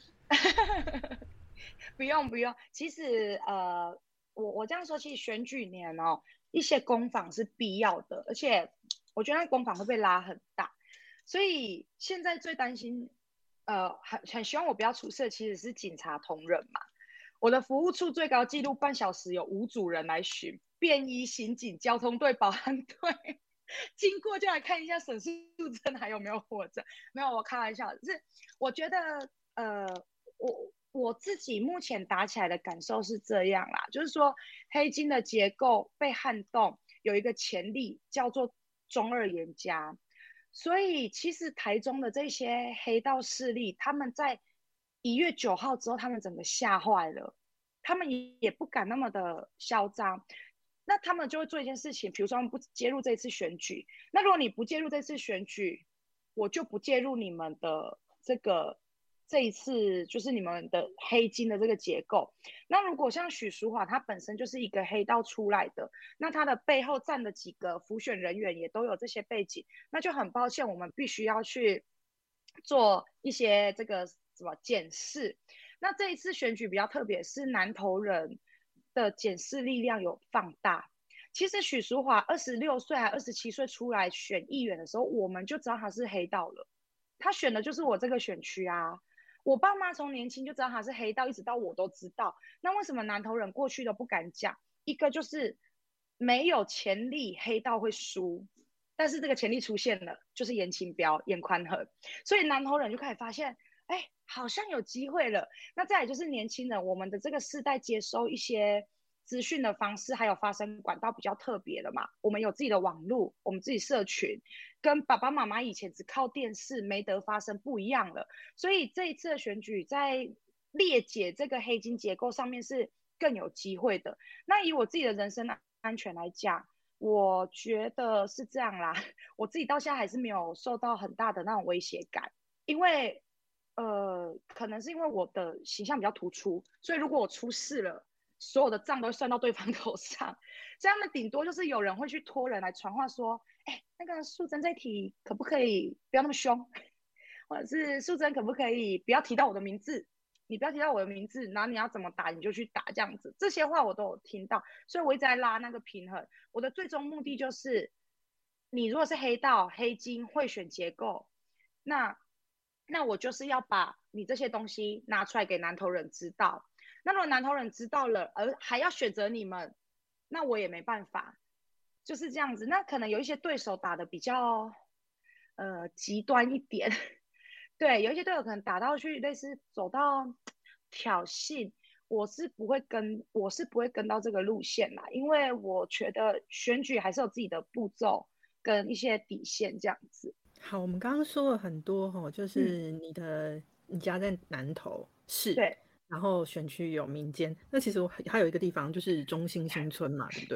不用，其实我这样说，其实选举年一些攻防是必要的，而且我觉得那攻防会被拉很大，所以现在最担心，很希望我不要出事，其实是警察同仁嘛。我的服务处最高纪录半小时有5组人来巡，便衣、刑警、交通队、保安队，经过就来看一下沈素贞还有没有活着。没有，我开玩笑，是我觉得我自己目前打起来的感受是这样啦，就是说黑金的结构被撼动，有一个潜力叫做中二严家，所以其实台中的这些黑道势力，他们在1月9号之后，他们整个吓坏了，他们也不敢那么的嚣张。那他们就会做一件事情，比如说他们不介入这一次选举。那如果你不介入这次选举，我就不介入你们的这一次就是你们的黑金的这个结构。那如果像许淑华，他本身就是一个黑道出来的，那他的背后站的几个辅选人员也都有这些背景，那就很抱歉，我们必须要去做一些这个什么检视。那这一次选举比较特别，是南投人的检视力量有放大。其实许淑华26岁还27岁出来选议员的时候，我们就知道他是黑道了。他选的就是我这个选区啊。我爸妈从年轻就知道他是黑道，一直到我都知道。那为什么南投人过去都不敢讲？一个就是没有潜力，黑道会输。但是这个潜力出现了，就是严清标、严宽衡，所以南投人就开始发现，哎，好像有机会了。那再来就是年轻人，我们的这个世代接收一些资讯的方式还有发声管道比较特别了嘛，我们有自己的网络，我们自己社群，跟爸爸妈妈以前只靠电视没得发声不一样了。所以这一次的选举在裂解这个黑金结构上面是更有机会的。那以我自己的人身安全来讲，我觉得是这样啦，我自己到现在还是没有受到很大的那种威胁感，因为可能是因为我的形象比较突出，所以如果我出事了，所有的账都会算到对方头上。所以他们顶多就是有人会去托人来传话说，那个素贞这题可不可以不要那么凶，或者是素贞可不可以不要提到我的名字，你不要提到我的名字，然后你要怎么打你就去打，这样子，这些话我都有听到，所以我一直在拉那个平衡。我的最终目的就是，你如果是黑道、黑金、贿选结构，那我就是要把你这些东西拿出来给南投人知道。那如果南投人知道了，而还要选择你们，那我也没办法，就是这样子。那可能有一些对手打的比较极端一点，对，有一些队友可能打到去类似走到挑衅，我是不会跟到这个路线啦，因为我觉得选举还是有自己的步骤跟一些底线这样子。 好，我们刚刚说了很多就是你家在南投市， 对， 然后选区有民间，那其实还有一个地方就是中兴新村嘛，对不对？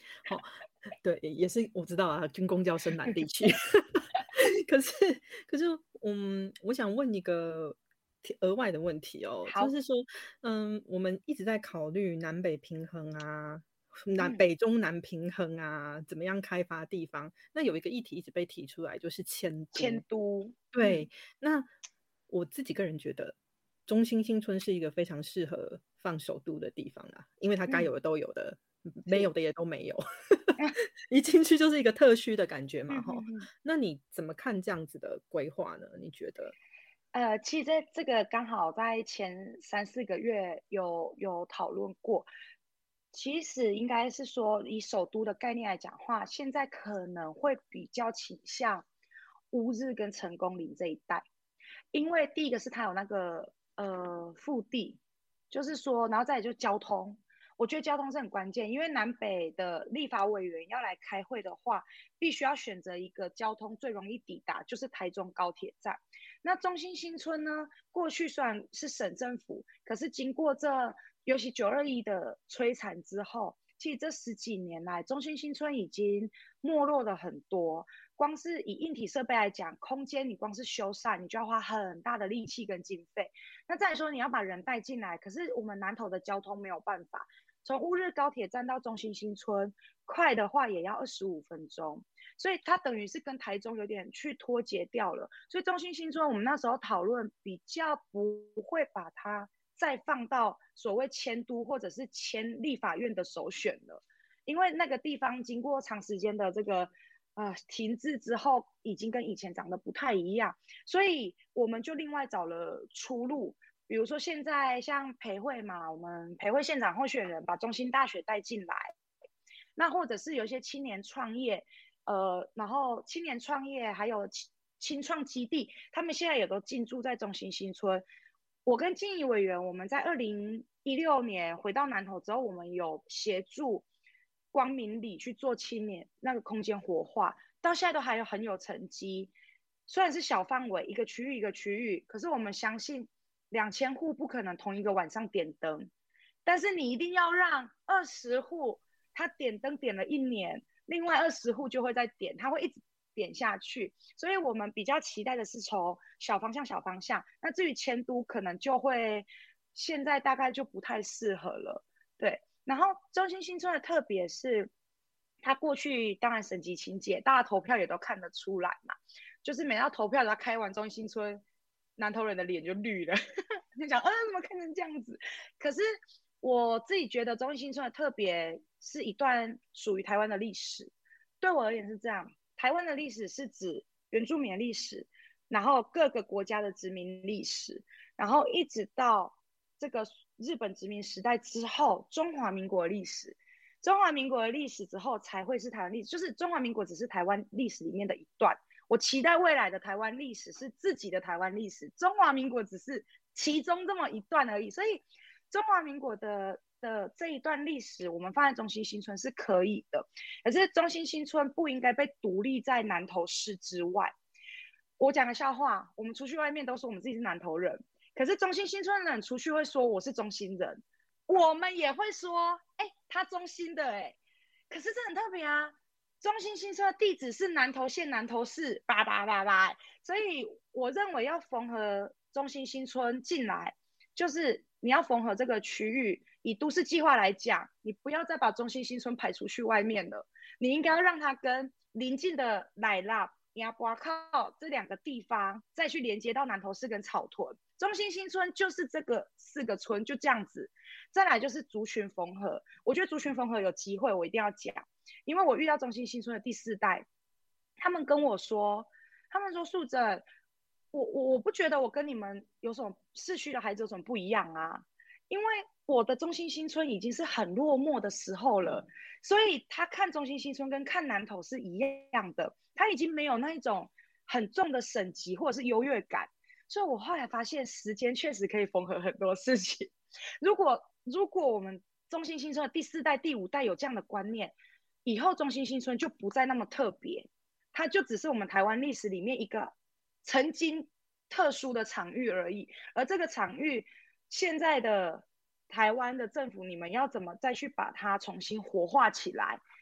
好，对，也是我知道啊，军公教生难地区。可是，可是，我想问一个额外的问题哦，就好， 是说，我们一直在考虑南北平衡啊， 嗯， 北中南平衡啊，怎么样开发地方？那有一个议题一直被提出来，就是迁迁都。 都， 对，那我自己个人觉得，中心新村是一个非常适合放首都的地方啦，因为它该有嗯， 的都有的，没有是， 的也都没有。一进去就是一个特需的感觉嘛，哈。 嗯嗯嗯。 那你怎么看这样子的规划呢？你觉得？ 其实这个刚好在前3、4个月有讨论过。其实应该是说，以首都的概念来讲话，现在可能会比较倾向乌日跟成功岭这一带，因为第一个是它有那个腹地，就是说，然后再来就是交通。我觉得交通是很关键，因为南北的立法委员要来开会的话，必须要选择一个交通最容易抵达，就是台中高铁站。那中心新村呢，过去虽然是省政府，可是经过尤其921的摧残之后，其实这十几年来，中心新村已经没落了很多。光是以硬体设备来讲，空间你光是修缮，你就要花很大的力气跟经费。那再来说，你要把人带进来，可是我们南投的交通没有办法，从乌日高铁站到中心新村，快的话也要25分钟。所以它等于是跟台中有点去脱节掉了。所以中心新村我们那时候讨论比较不会把它再放到所谓迁都或者是迁立法院的首选了，因为那个地方经过长时间的这个停滞之后，已经跟以前长得不太一样，所以我们就另外找了出路。比如说现在像培慧嘛，我们培慧县长候选人把中兴大学带进来，那或者是有一些青年创业，然后青年创业还有青创基地，他们现在也都进驻在中心新村。我跟静怡委员，我们在2016年回到南投之后，我们有协助光明里去做青年那个空间活化，到现在都还有很有成绩。虽然是小范围，一个区域一个区域，可是我们相信2000户不可能同一个晚上点灯，但是你一定要让20户他点灯点了1年，另外20户就会再点，他会一直点下去。所以我们比较期待的是从小方向小方向。那至于迁都，可能就会现在大概就不太适合了。对，然后中心新村的特别是，他过去当然省级情节，大家投票也都看得出来嘛，就是每到投票他开完中心新村，南投人的脸就绿了，就讲怎么看成这样子？可是我自己觉得中心新村的特别是一段属于台湾的历史，对我而言是这样。台湾的历史是指原住民的历史，然后各个国家的殖民历史，然后一直到这个日本殖民时代之后，中华民国的历史。中华民国的历史之后才会是台湾历史，就是中华民国只是台湾历史里面的一段。我期待未来的台湾历史是自己的台湾历史，中华民国只是其中这么一段而已。所以中华民国的这一段历史，我们放在中心新村是可以的，可是中心新村不应该被独立在南投市之外。我讲个笑话，我们出去外面都说我们自己是南投人，可是中心新村的人出去会说我是中心人，我们也会说，他中心的可是这很特别啊。中心新村的地址是南投县南投市88888，所以我认为要缝合中心新村进来，就是你要缝合这个区域。以都市计划来讲，你不要再把中心新村排出去外面了，你应该要让它跟邻近的乃拉、亚波靠这2个地方再去连接到南投市跟草屯。中心新村就是这个4个村，就这样子。再来就是族群缝合，我觉得族群缝合有机会，我一定要讲，因为我遇到中心新村的第4代，他们跟我说，素贞，我不觉得我跟你们有什么市区的孩子有什么不一样啊，因为我的中心新村已经是很落寞的时候了，所以他看中心新村跟看南投是一样的，他已经没有那一种很重的省级或者是优越感。所以我后来发现时间确实可以缝合很多事情。如果我们中心新村的第4代第5代有这样的观念，以后中心新村就不再那么特别，它就只是我们台湾历史里面一个曾经特殊的场域而已。而这个场域现在的台湾的政府，你们要怎么再去把它重新活化起来？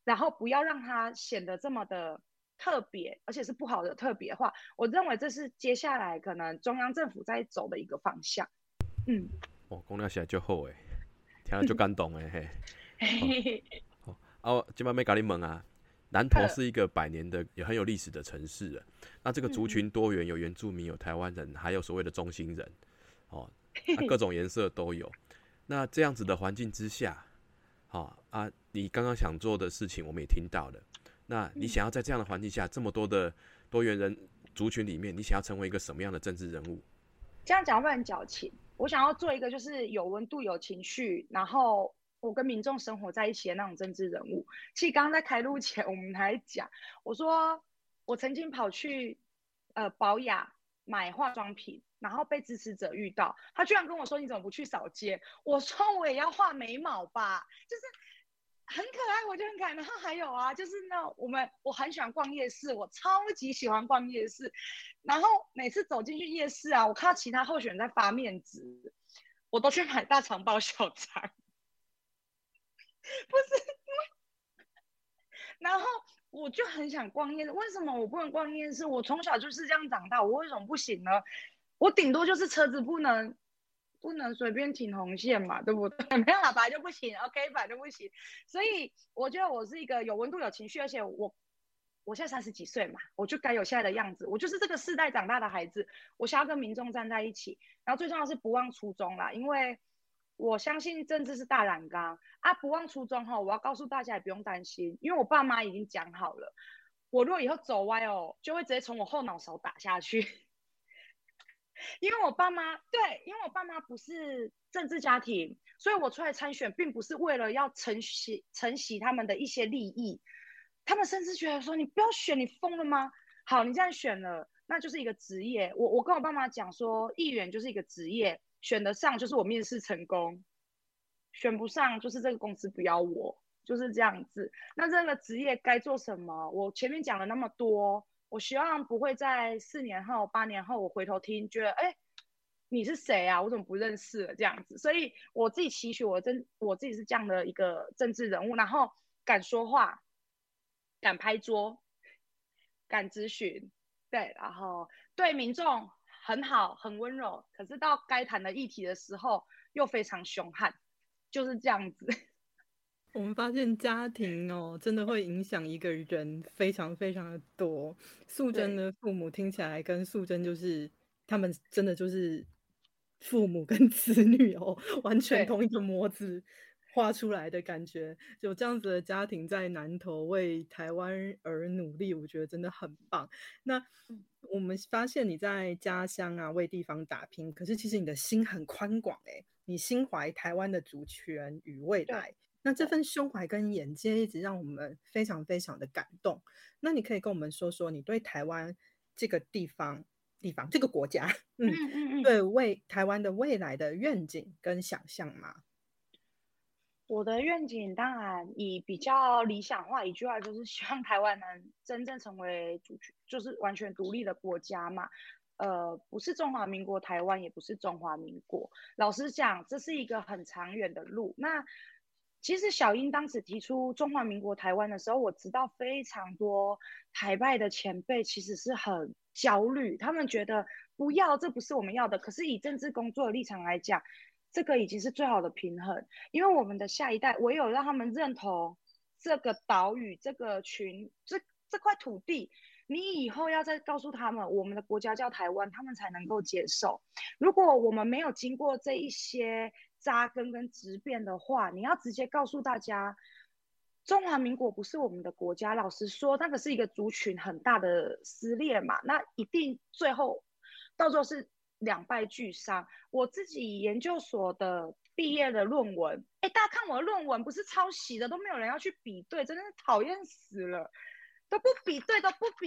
然后不要让它显得这么的特别，而且是不好的特别化。我认为这是接下来可能中央政府在走的一个方向。 讲了起来就好诶，听了就感动诶嘿。这摆要甲你问啊，南投是一个100年的也很有历史的城市了。那这个族群多元，有原住民，有台湾人，还有所谓的中兴人，各种颜色都有。那这样子的环境之下，你刚刚想做的事情我们也听到了。那你想要在这样的环境下，这么多的多元人族群里面，你想要成为一个什么样的政治人物？ 这样讲会很矫情。我想要做一个就是有温度、有情绪，然后我跟民众生活在一起的那种政治人物。其实刚刚在开录前，我们还讲，我说我曾经跑去宝雅买化妆品，然后被支持者遇到，他居然跟我说：“你怎么不去扫街？”我说：“我也要画眉毛吧。”就是很可爱，我就很可爱。然后还有啊，就是我很喜欢逛夜市，我超级喜欢逛夜市。然后每次走进去夜市啊，我看到其他候选人在发面纸，我都去买大肠包小肠。不是因为，然后我就很想逛夜市。为什么我不能逛夜市？我从小就是这样长大，我为什么不行呢？我顶多就是车子不能随便停红线嘛，对不对？没有喇叭就不行 ，OK， 本来就不行。所以我觉得我是一个有温度、有情绪，而且我现在30几岁嘛，我就该有现在的样子。我就是这个世代长大的孩子，我想要跟民众站在一起。然后最重要的是不忘初衷啦，因为我相信政治是大染缸啊，不忘初衷哈。我要告诉大家也不用担心，因为我爸妈已经讲好了，我如果以后走歪哦，就会直接从我后脑勺打下去。因为我爸妈不是政治家庭，所以我出来参选并不是为了要承袭他们的一些利益。他们甚至觉得说：“你不要选，你疯了吗？好，你这样选了，那就是一个职业。我跟我爸妈讲说，议员就是一个职业，选得上就是我面试成功，选不上就是这个公司不要我，就是这样子。那这个职业该做什么？我前面讲了那么多。”我希望不会在4年后、8年后，我回头听，觉得你是谁啊？我怎么不认识了？这样子，所以我自己期许我自己是这样的一个政治人物，然后敢说话，敢拍桌，敢咨询，对，然后对民众很好、很温柔，可是到该谈的议题的时候又非常凶悍，就是这样子。 我们发现家庭真的会影响一个人非常非常的多。素贞的父母听起来跟素贞就是他们真的就是父母跟子女完全同一个模子画出来的感觉。有这样子的家庭在南投为台湾而努力，我觉得真的很棒。那我们发现你在家乡啊为地方打拼，可是其实你的心很宽广你心怀台湾的主权与未来。那这份胸怀跟眼界一直让我们非常非常的感动。那你可以跟我们说说你对台湾这个地方这个国家对为台湾的未来的愿景跟想象吗？ 我的愿景当然以比较理想化一句话，就是希望台湾能真正成为就是完全独立的国家嘛。不是中华民国台湾，也不是中华民国。老实讲，这是一个很长远的路。那其实小英当时提出中华民国台湾的时候，我知道非常多台派的前辈其实是很焦虑，他们觉得不要，这不是我们要的。可是以政治工作的立场来讲，这个已经是最好的平衡，因为我们的下一代唯有让他们认同这个岛屿、这个这块土地，你以后要再告诉他们我们的国家叫台湾，他们才能够接受。如果我们没有经过这一些扎根跟质变的话，你要直接告诉大家中华民国不是我们的国家，老实说那个是一个族群很大的撕裂嘛，那一定最后到时候是两败俱伤。我自己研究所的毕业的论文，大家看我的论文不是抄袭的，都没有人要去比对，真的是讨厌死了，都不比对。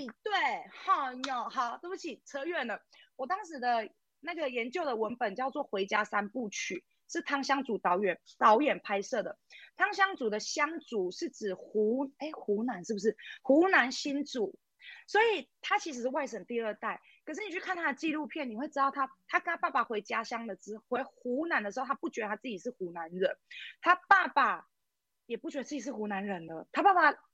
好，对不起，扯远了。我当时的那个研究的文本叫做《回家3部曲》，是汤湘竹导演拍摄的。汤湘竹的湘竹是指湖南，是不是湖南新竹？所以他其实是外省第2代。可是你去看他的纪录片，你会知道他跟他爸爸回家乡回湖南的时候，他不觉得他自己是湖南人，他爸爸也不觉得自己是湖南人了。他爸爸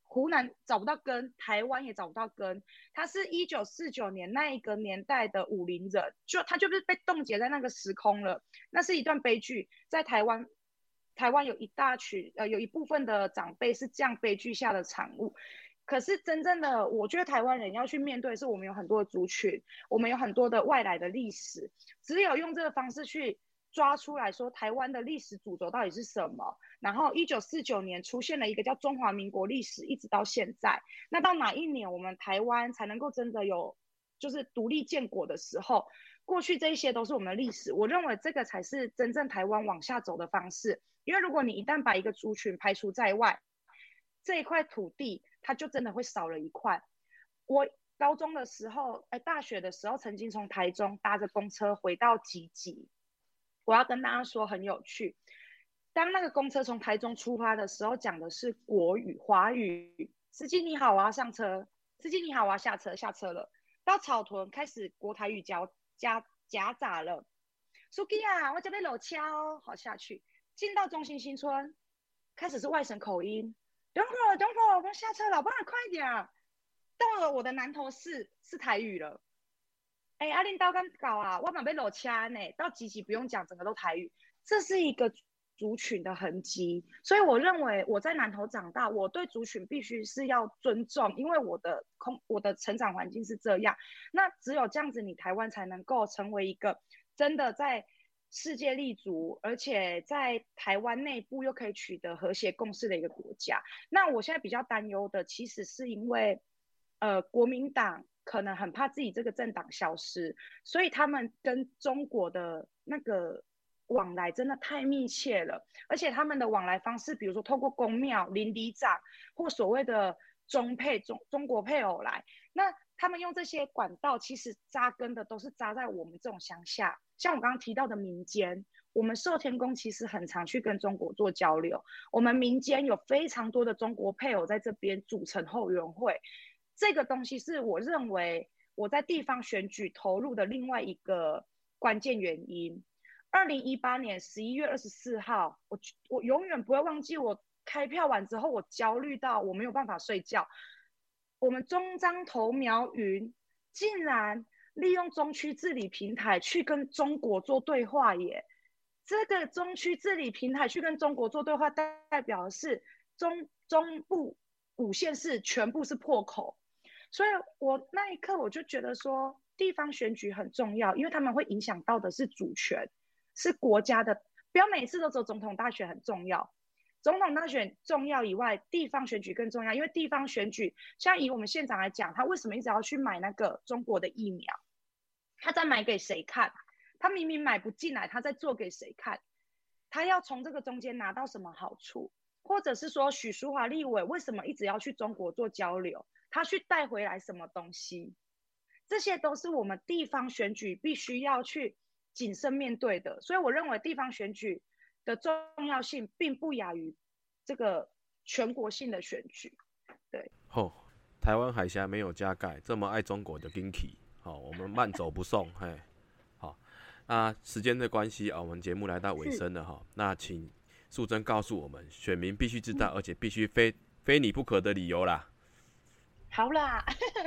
湖南找不到根，台湾也找不到根。他是1949年那一个年代的50人，他就是被冻结在那个时空了。那是一段悲剧，在台湾有有一部分的长辈是这样悲剧下的产物。可是真正的，我觉得台湾人要去面对的是，我们有很多的族群，我们有很多的外来的历史，只有用这个方式去抓出来说台湾的历史主轴到底是什么。然后1949年出现了一个叫中华民国历史，一直到现在。那到哪一年我们台湾才能够真的有就是独立建国的时候？过去这些都是我们的历史，我认为这个才是真正台湾往下走的方式。因为如果你一旦把一个族群排除在外，这一块土地它就真的会少了一块。我高中的时候，大学的时候，曾经从台中搭着公车回到集集。我要跟大家说很有趣，当那个公车从台中出发的时候，讲的是国语华语，司机你好，我要上车，司机你好，我要下车，下车了。到草屯开始国台语夹杂了，司机啊，我这边落车哦，好下去。进到中心新村，开始是外省口音，等会儿，我下车了，帮你快点。到了我的南投市是台语了。阿玲刀刚搞啊，我满被落车呢，到集集不用讲，整个都台语，这是一个族群的痕迹。所以我认为我在南投长大，我对族群必须是要尊重，因为我的成长环境是这样。那只有这样子，你台湾才能够成为一个真的在世界立足，而且在台湾内部又可以取得和谐共识的一个国家。那我现在比较担忧的，其实是因为国民党可能很怕自己这个政党消失，所以他们跟中国的那个往来真的太密切了，而且他们的往来方式，比如说透过公庙、邻里长或所谓的中国配偶来，那他们用这些管道，其实扎根的都是扎在我们这种乡下，像我刚刚提到的民间，我们寿天宫其实很常去跟中国做交流，我们民间有非常多的中国配偶在这边组成后援会。这个东西是我认为我在地方选举投入的另外一个关键原因。2018年11月24号，我永远不会忘记，我开票完之后，我焦虑到我没有办法睡觉。我们中彰投苗云竟然利用中区治理平台去跟中国做对话耶！这个中区治理平台去跟中国做对话，代表的是中部5县市全部是破口。所以我那一刻我就觉得说，地方选举很重要，因为他们会影响到的是主权，是国家的。不要每次都说总统大选很重要，总统大选重要以外，地方选举更重要。因为地方选举，像以我们县长来讲，他为什么一直要去买那个中国的疫苗？他在买给谁看？他明明买不进来，他在做给谁看？他要从这个中间拿到什么好处？或者是说，许淑华立委为什么一直要去中国做交流？他去带回来什么东西？这些都是我们地方选举必须要去谨慎面对的。所以我认为地方选举的重要性并不亚于这个全国性的选举。对， 台湾海峡没有加盖，这么爱中国的 Ginky， 我们慢走不送。嘿，好，那时间的关系我们节目来到尾声了那请素贞告诉我们，选民必须知道，而且必须非你不可的理由啦。 好啦，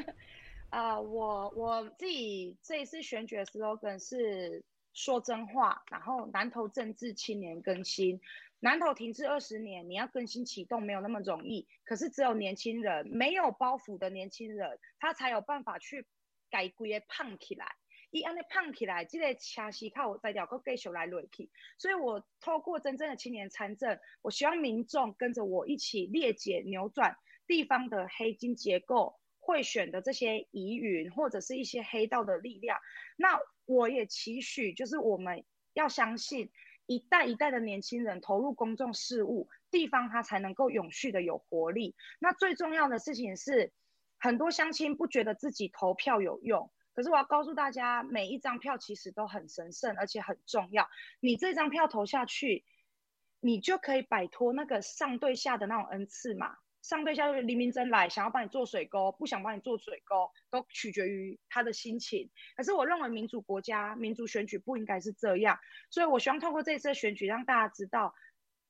我自己这一次选举的 slogan 是说真话，然后南投政治青年更新。南投停滞20年，你要更新启动没有那么容易，可是只有年轻人，没有包袱的年轻人，他才有办法去改规个胖起来。伊安尼胖起来，这个车是靠在条个继续来落去。所以我透过真正的青年参政，我希望民众跟着我一起裂解、扭转地方的黑金结构，贿选的这些疑云或者是一些黑道的力量。那我也期许，就是我们要相信一代一代的年轻人投入公众事务，地方它才能够永续的有活力。那最重要的事情是，很多乡亲不觉得自己投票有用，可是我要告诉大家，每一张票其实都很神圣，而且很重要。你这张票投下去，你就可以摆脱那个上对下的那种恩赐嘛。上对下就是黎明真来，想要帮你做水沟，不想帮你做水沟，都取决于他的心情。可是我认为民主国家、民主选举不应该是这样，所以我希望透过这次的选举，让大家知道，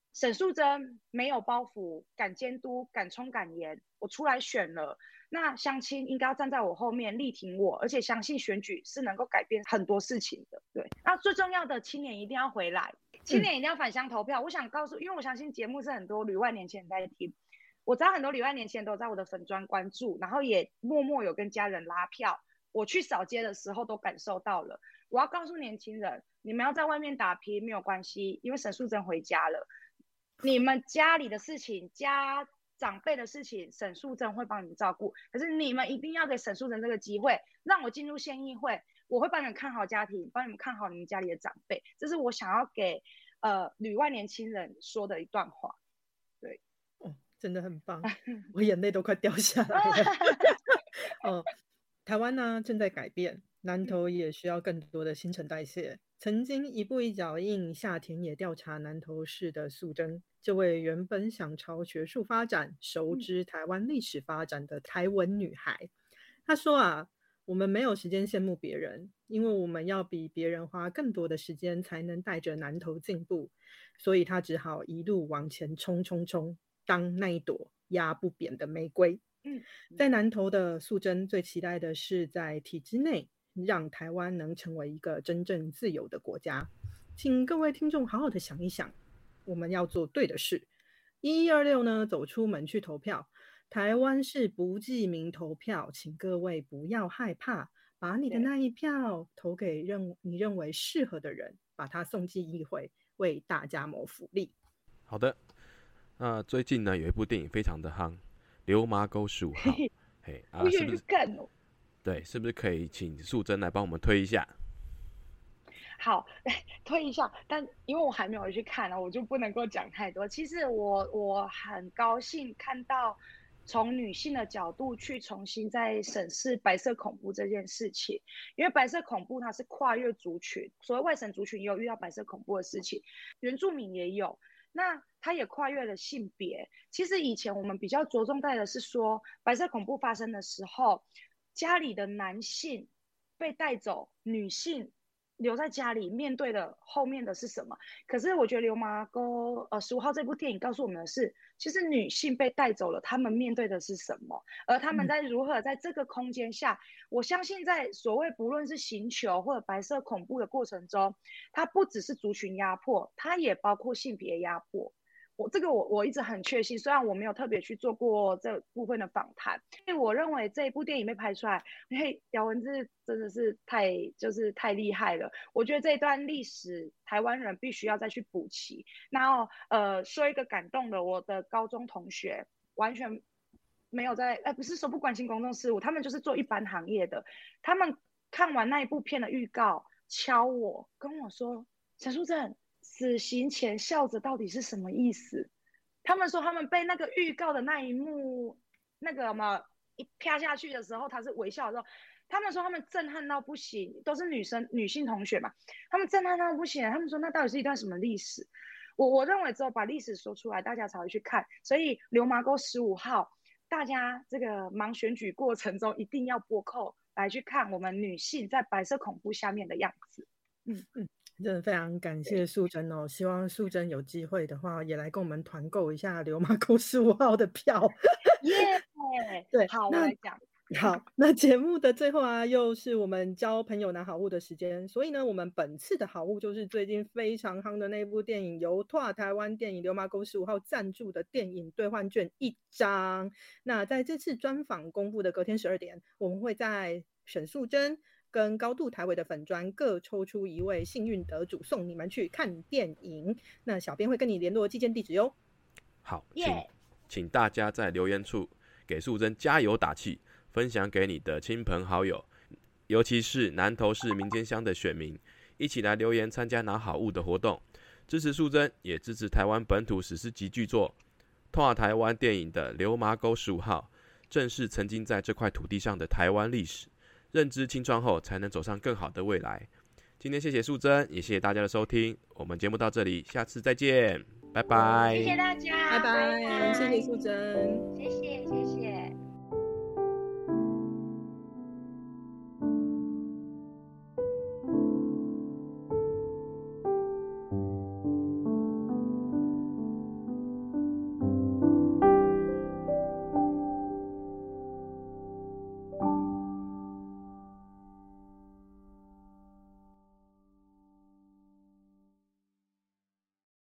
沈素贞没有包袱，敢监督，敢冲敢言，我出来选了，那乡亲应该要站在我后面力挺我，而且相信选举是能够改变很多事情的。对，那最重要的，青年一定要回来，青年一定要返乡投票。我想告诉，因为我相信节目是很多旅外年轻人在听，我知道很多旅外年轻人都在我的粉专关注，然后也默默有跟家人拉票，我去扫街的时候都感受到了。我要告诉年轻人，你们要在外面打拼没有关系，因为沈素贞回家了。你们家里的事情，家长辈的事情，沈素贞会帮你们照顾。可是你们一定要给沈素贞这个机会，让我进入县议会，我会帮你们看好家庭，帮你们看好你们家里的长辈。这是我想要给旅外年轻人说的一段话。对， 哦，真的很棒，我眼泪都快掉下来了。哦，台湾呢正在改变，南投也需要更多的新陈代谢。曾经一步一脚印下田野调查南投市的素贞，这位原本想朝学术发展、熟知台湾历史发展的台湾女孩，她说啊，我们没有时间羡慕别人，因为我们要比别人花更多的时间才能带着南投进步，所以她只好一路往前冲冲冲，当那一朵压不扁的玫瑰。在南投的素贞最期待的是在体制内让台湾能成为一个真正自由的国家。请各位听众好好的想一想，我们要做对的事。1126呢，走出门去投票。台湾是不记名投票，请各位不要害怕，把你的那一票投给你认为适合的人，把他送进议会，为大家谋福利。 好的，最近呢有一部电影非常的夯，《流麻沟15号》是不是？对，是不是可以请素贞来帮我们推一下？ 好，推一下，但因为我还没有去看呢，我就不能够讲太多。其实我很高兴看到从女性的角度去重新再审视白色恐怖这件事情，因为白色恐怖它是跨越族群，所谓外省族群也有遇到白色恐怖的事情，原住民也有，那它也跨越了性别。其实以前我们比较着重在的是说，白色恐怖发生的时候，家里的男性被带走，女性留在家里面对的后面的是什么？可是我觉得《流麻沟15号》这部电影告诉我们的是，其实女性被带走了，她们面对的是什么？而她们在如何在这个空间下，我相信在所谓不论是刑求或者白色恐怖的过程中，它不只是族群压迫，它也包括性别压迫。我一直很确信，虽然我没有特别去做过这部分的访谈，因为我认为这一部电影被拍出来，因为姚文智真的是太厉害了。我觉得这一段历史，台湾人必须要再去补齐。然后说一个感动的，我的高中同学完全没有不是说不关心公众事务，他们就是做一般行业的，他们看完那一部片的预告，敲我跟我说，陈淑贞，死刑前笑着到底是什么意思？他们说他们被那个预告的那一幕，那个嘛一啪下去的时候，他是微笑的时候，他们说他们震撼到不行，都是女性同学嘛，他们震撼到不行，他们说那到底是一段什么历史？我认为只有把历史说出来，大家才会去看。所以流麻沟15号，大家这个忙选举过程中一定要拨扣来去看我们女性在白色恐怖下面的样子。 真的非常感谢素贞哦，希望素贞有机会的话，也来跟我们团购一下流麻沟15号的票。 耶！ 对， 好，我来讲。 好，那节目的最后啊，又是我们交朋友拿好物的时间，所以呢，我们本次的好物就是最近非常夯的那部电影，由拓台湾电影流麻沟15号赞助的电影兑换券1张。那在这次专访公布的隔天12点，我们会在沈素贞跟高度台委的粉专各抽出一位幸运得主，送你们去看电影。那小编会跟你联络寄件地址哟。 好，请大家在留言处给素贞加油打气，分享给你的亲朋好友，尤其是南投市民间乡的选民，一起来留言参加拿好物的活动，支持素贞，也支持台湾本土史诗级巨作《拓台湾电影》的流麻沟15号，正是曾经在这块土地上的台湾历史。认知清创后，才能走上更好的未来。今天谢谢素贞，也谢谢大家的收听，我们节目到这里，下次再见，拜拜。 谢谢大家， 拜拜，谢谢素贞， 谢谢。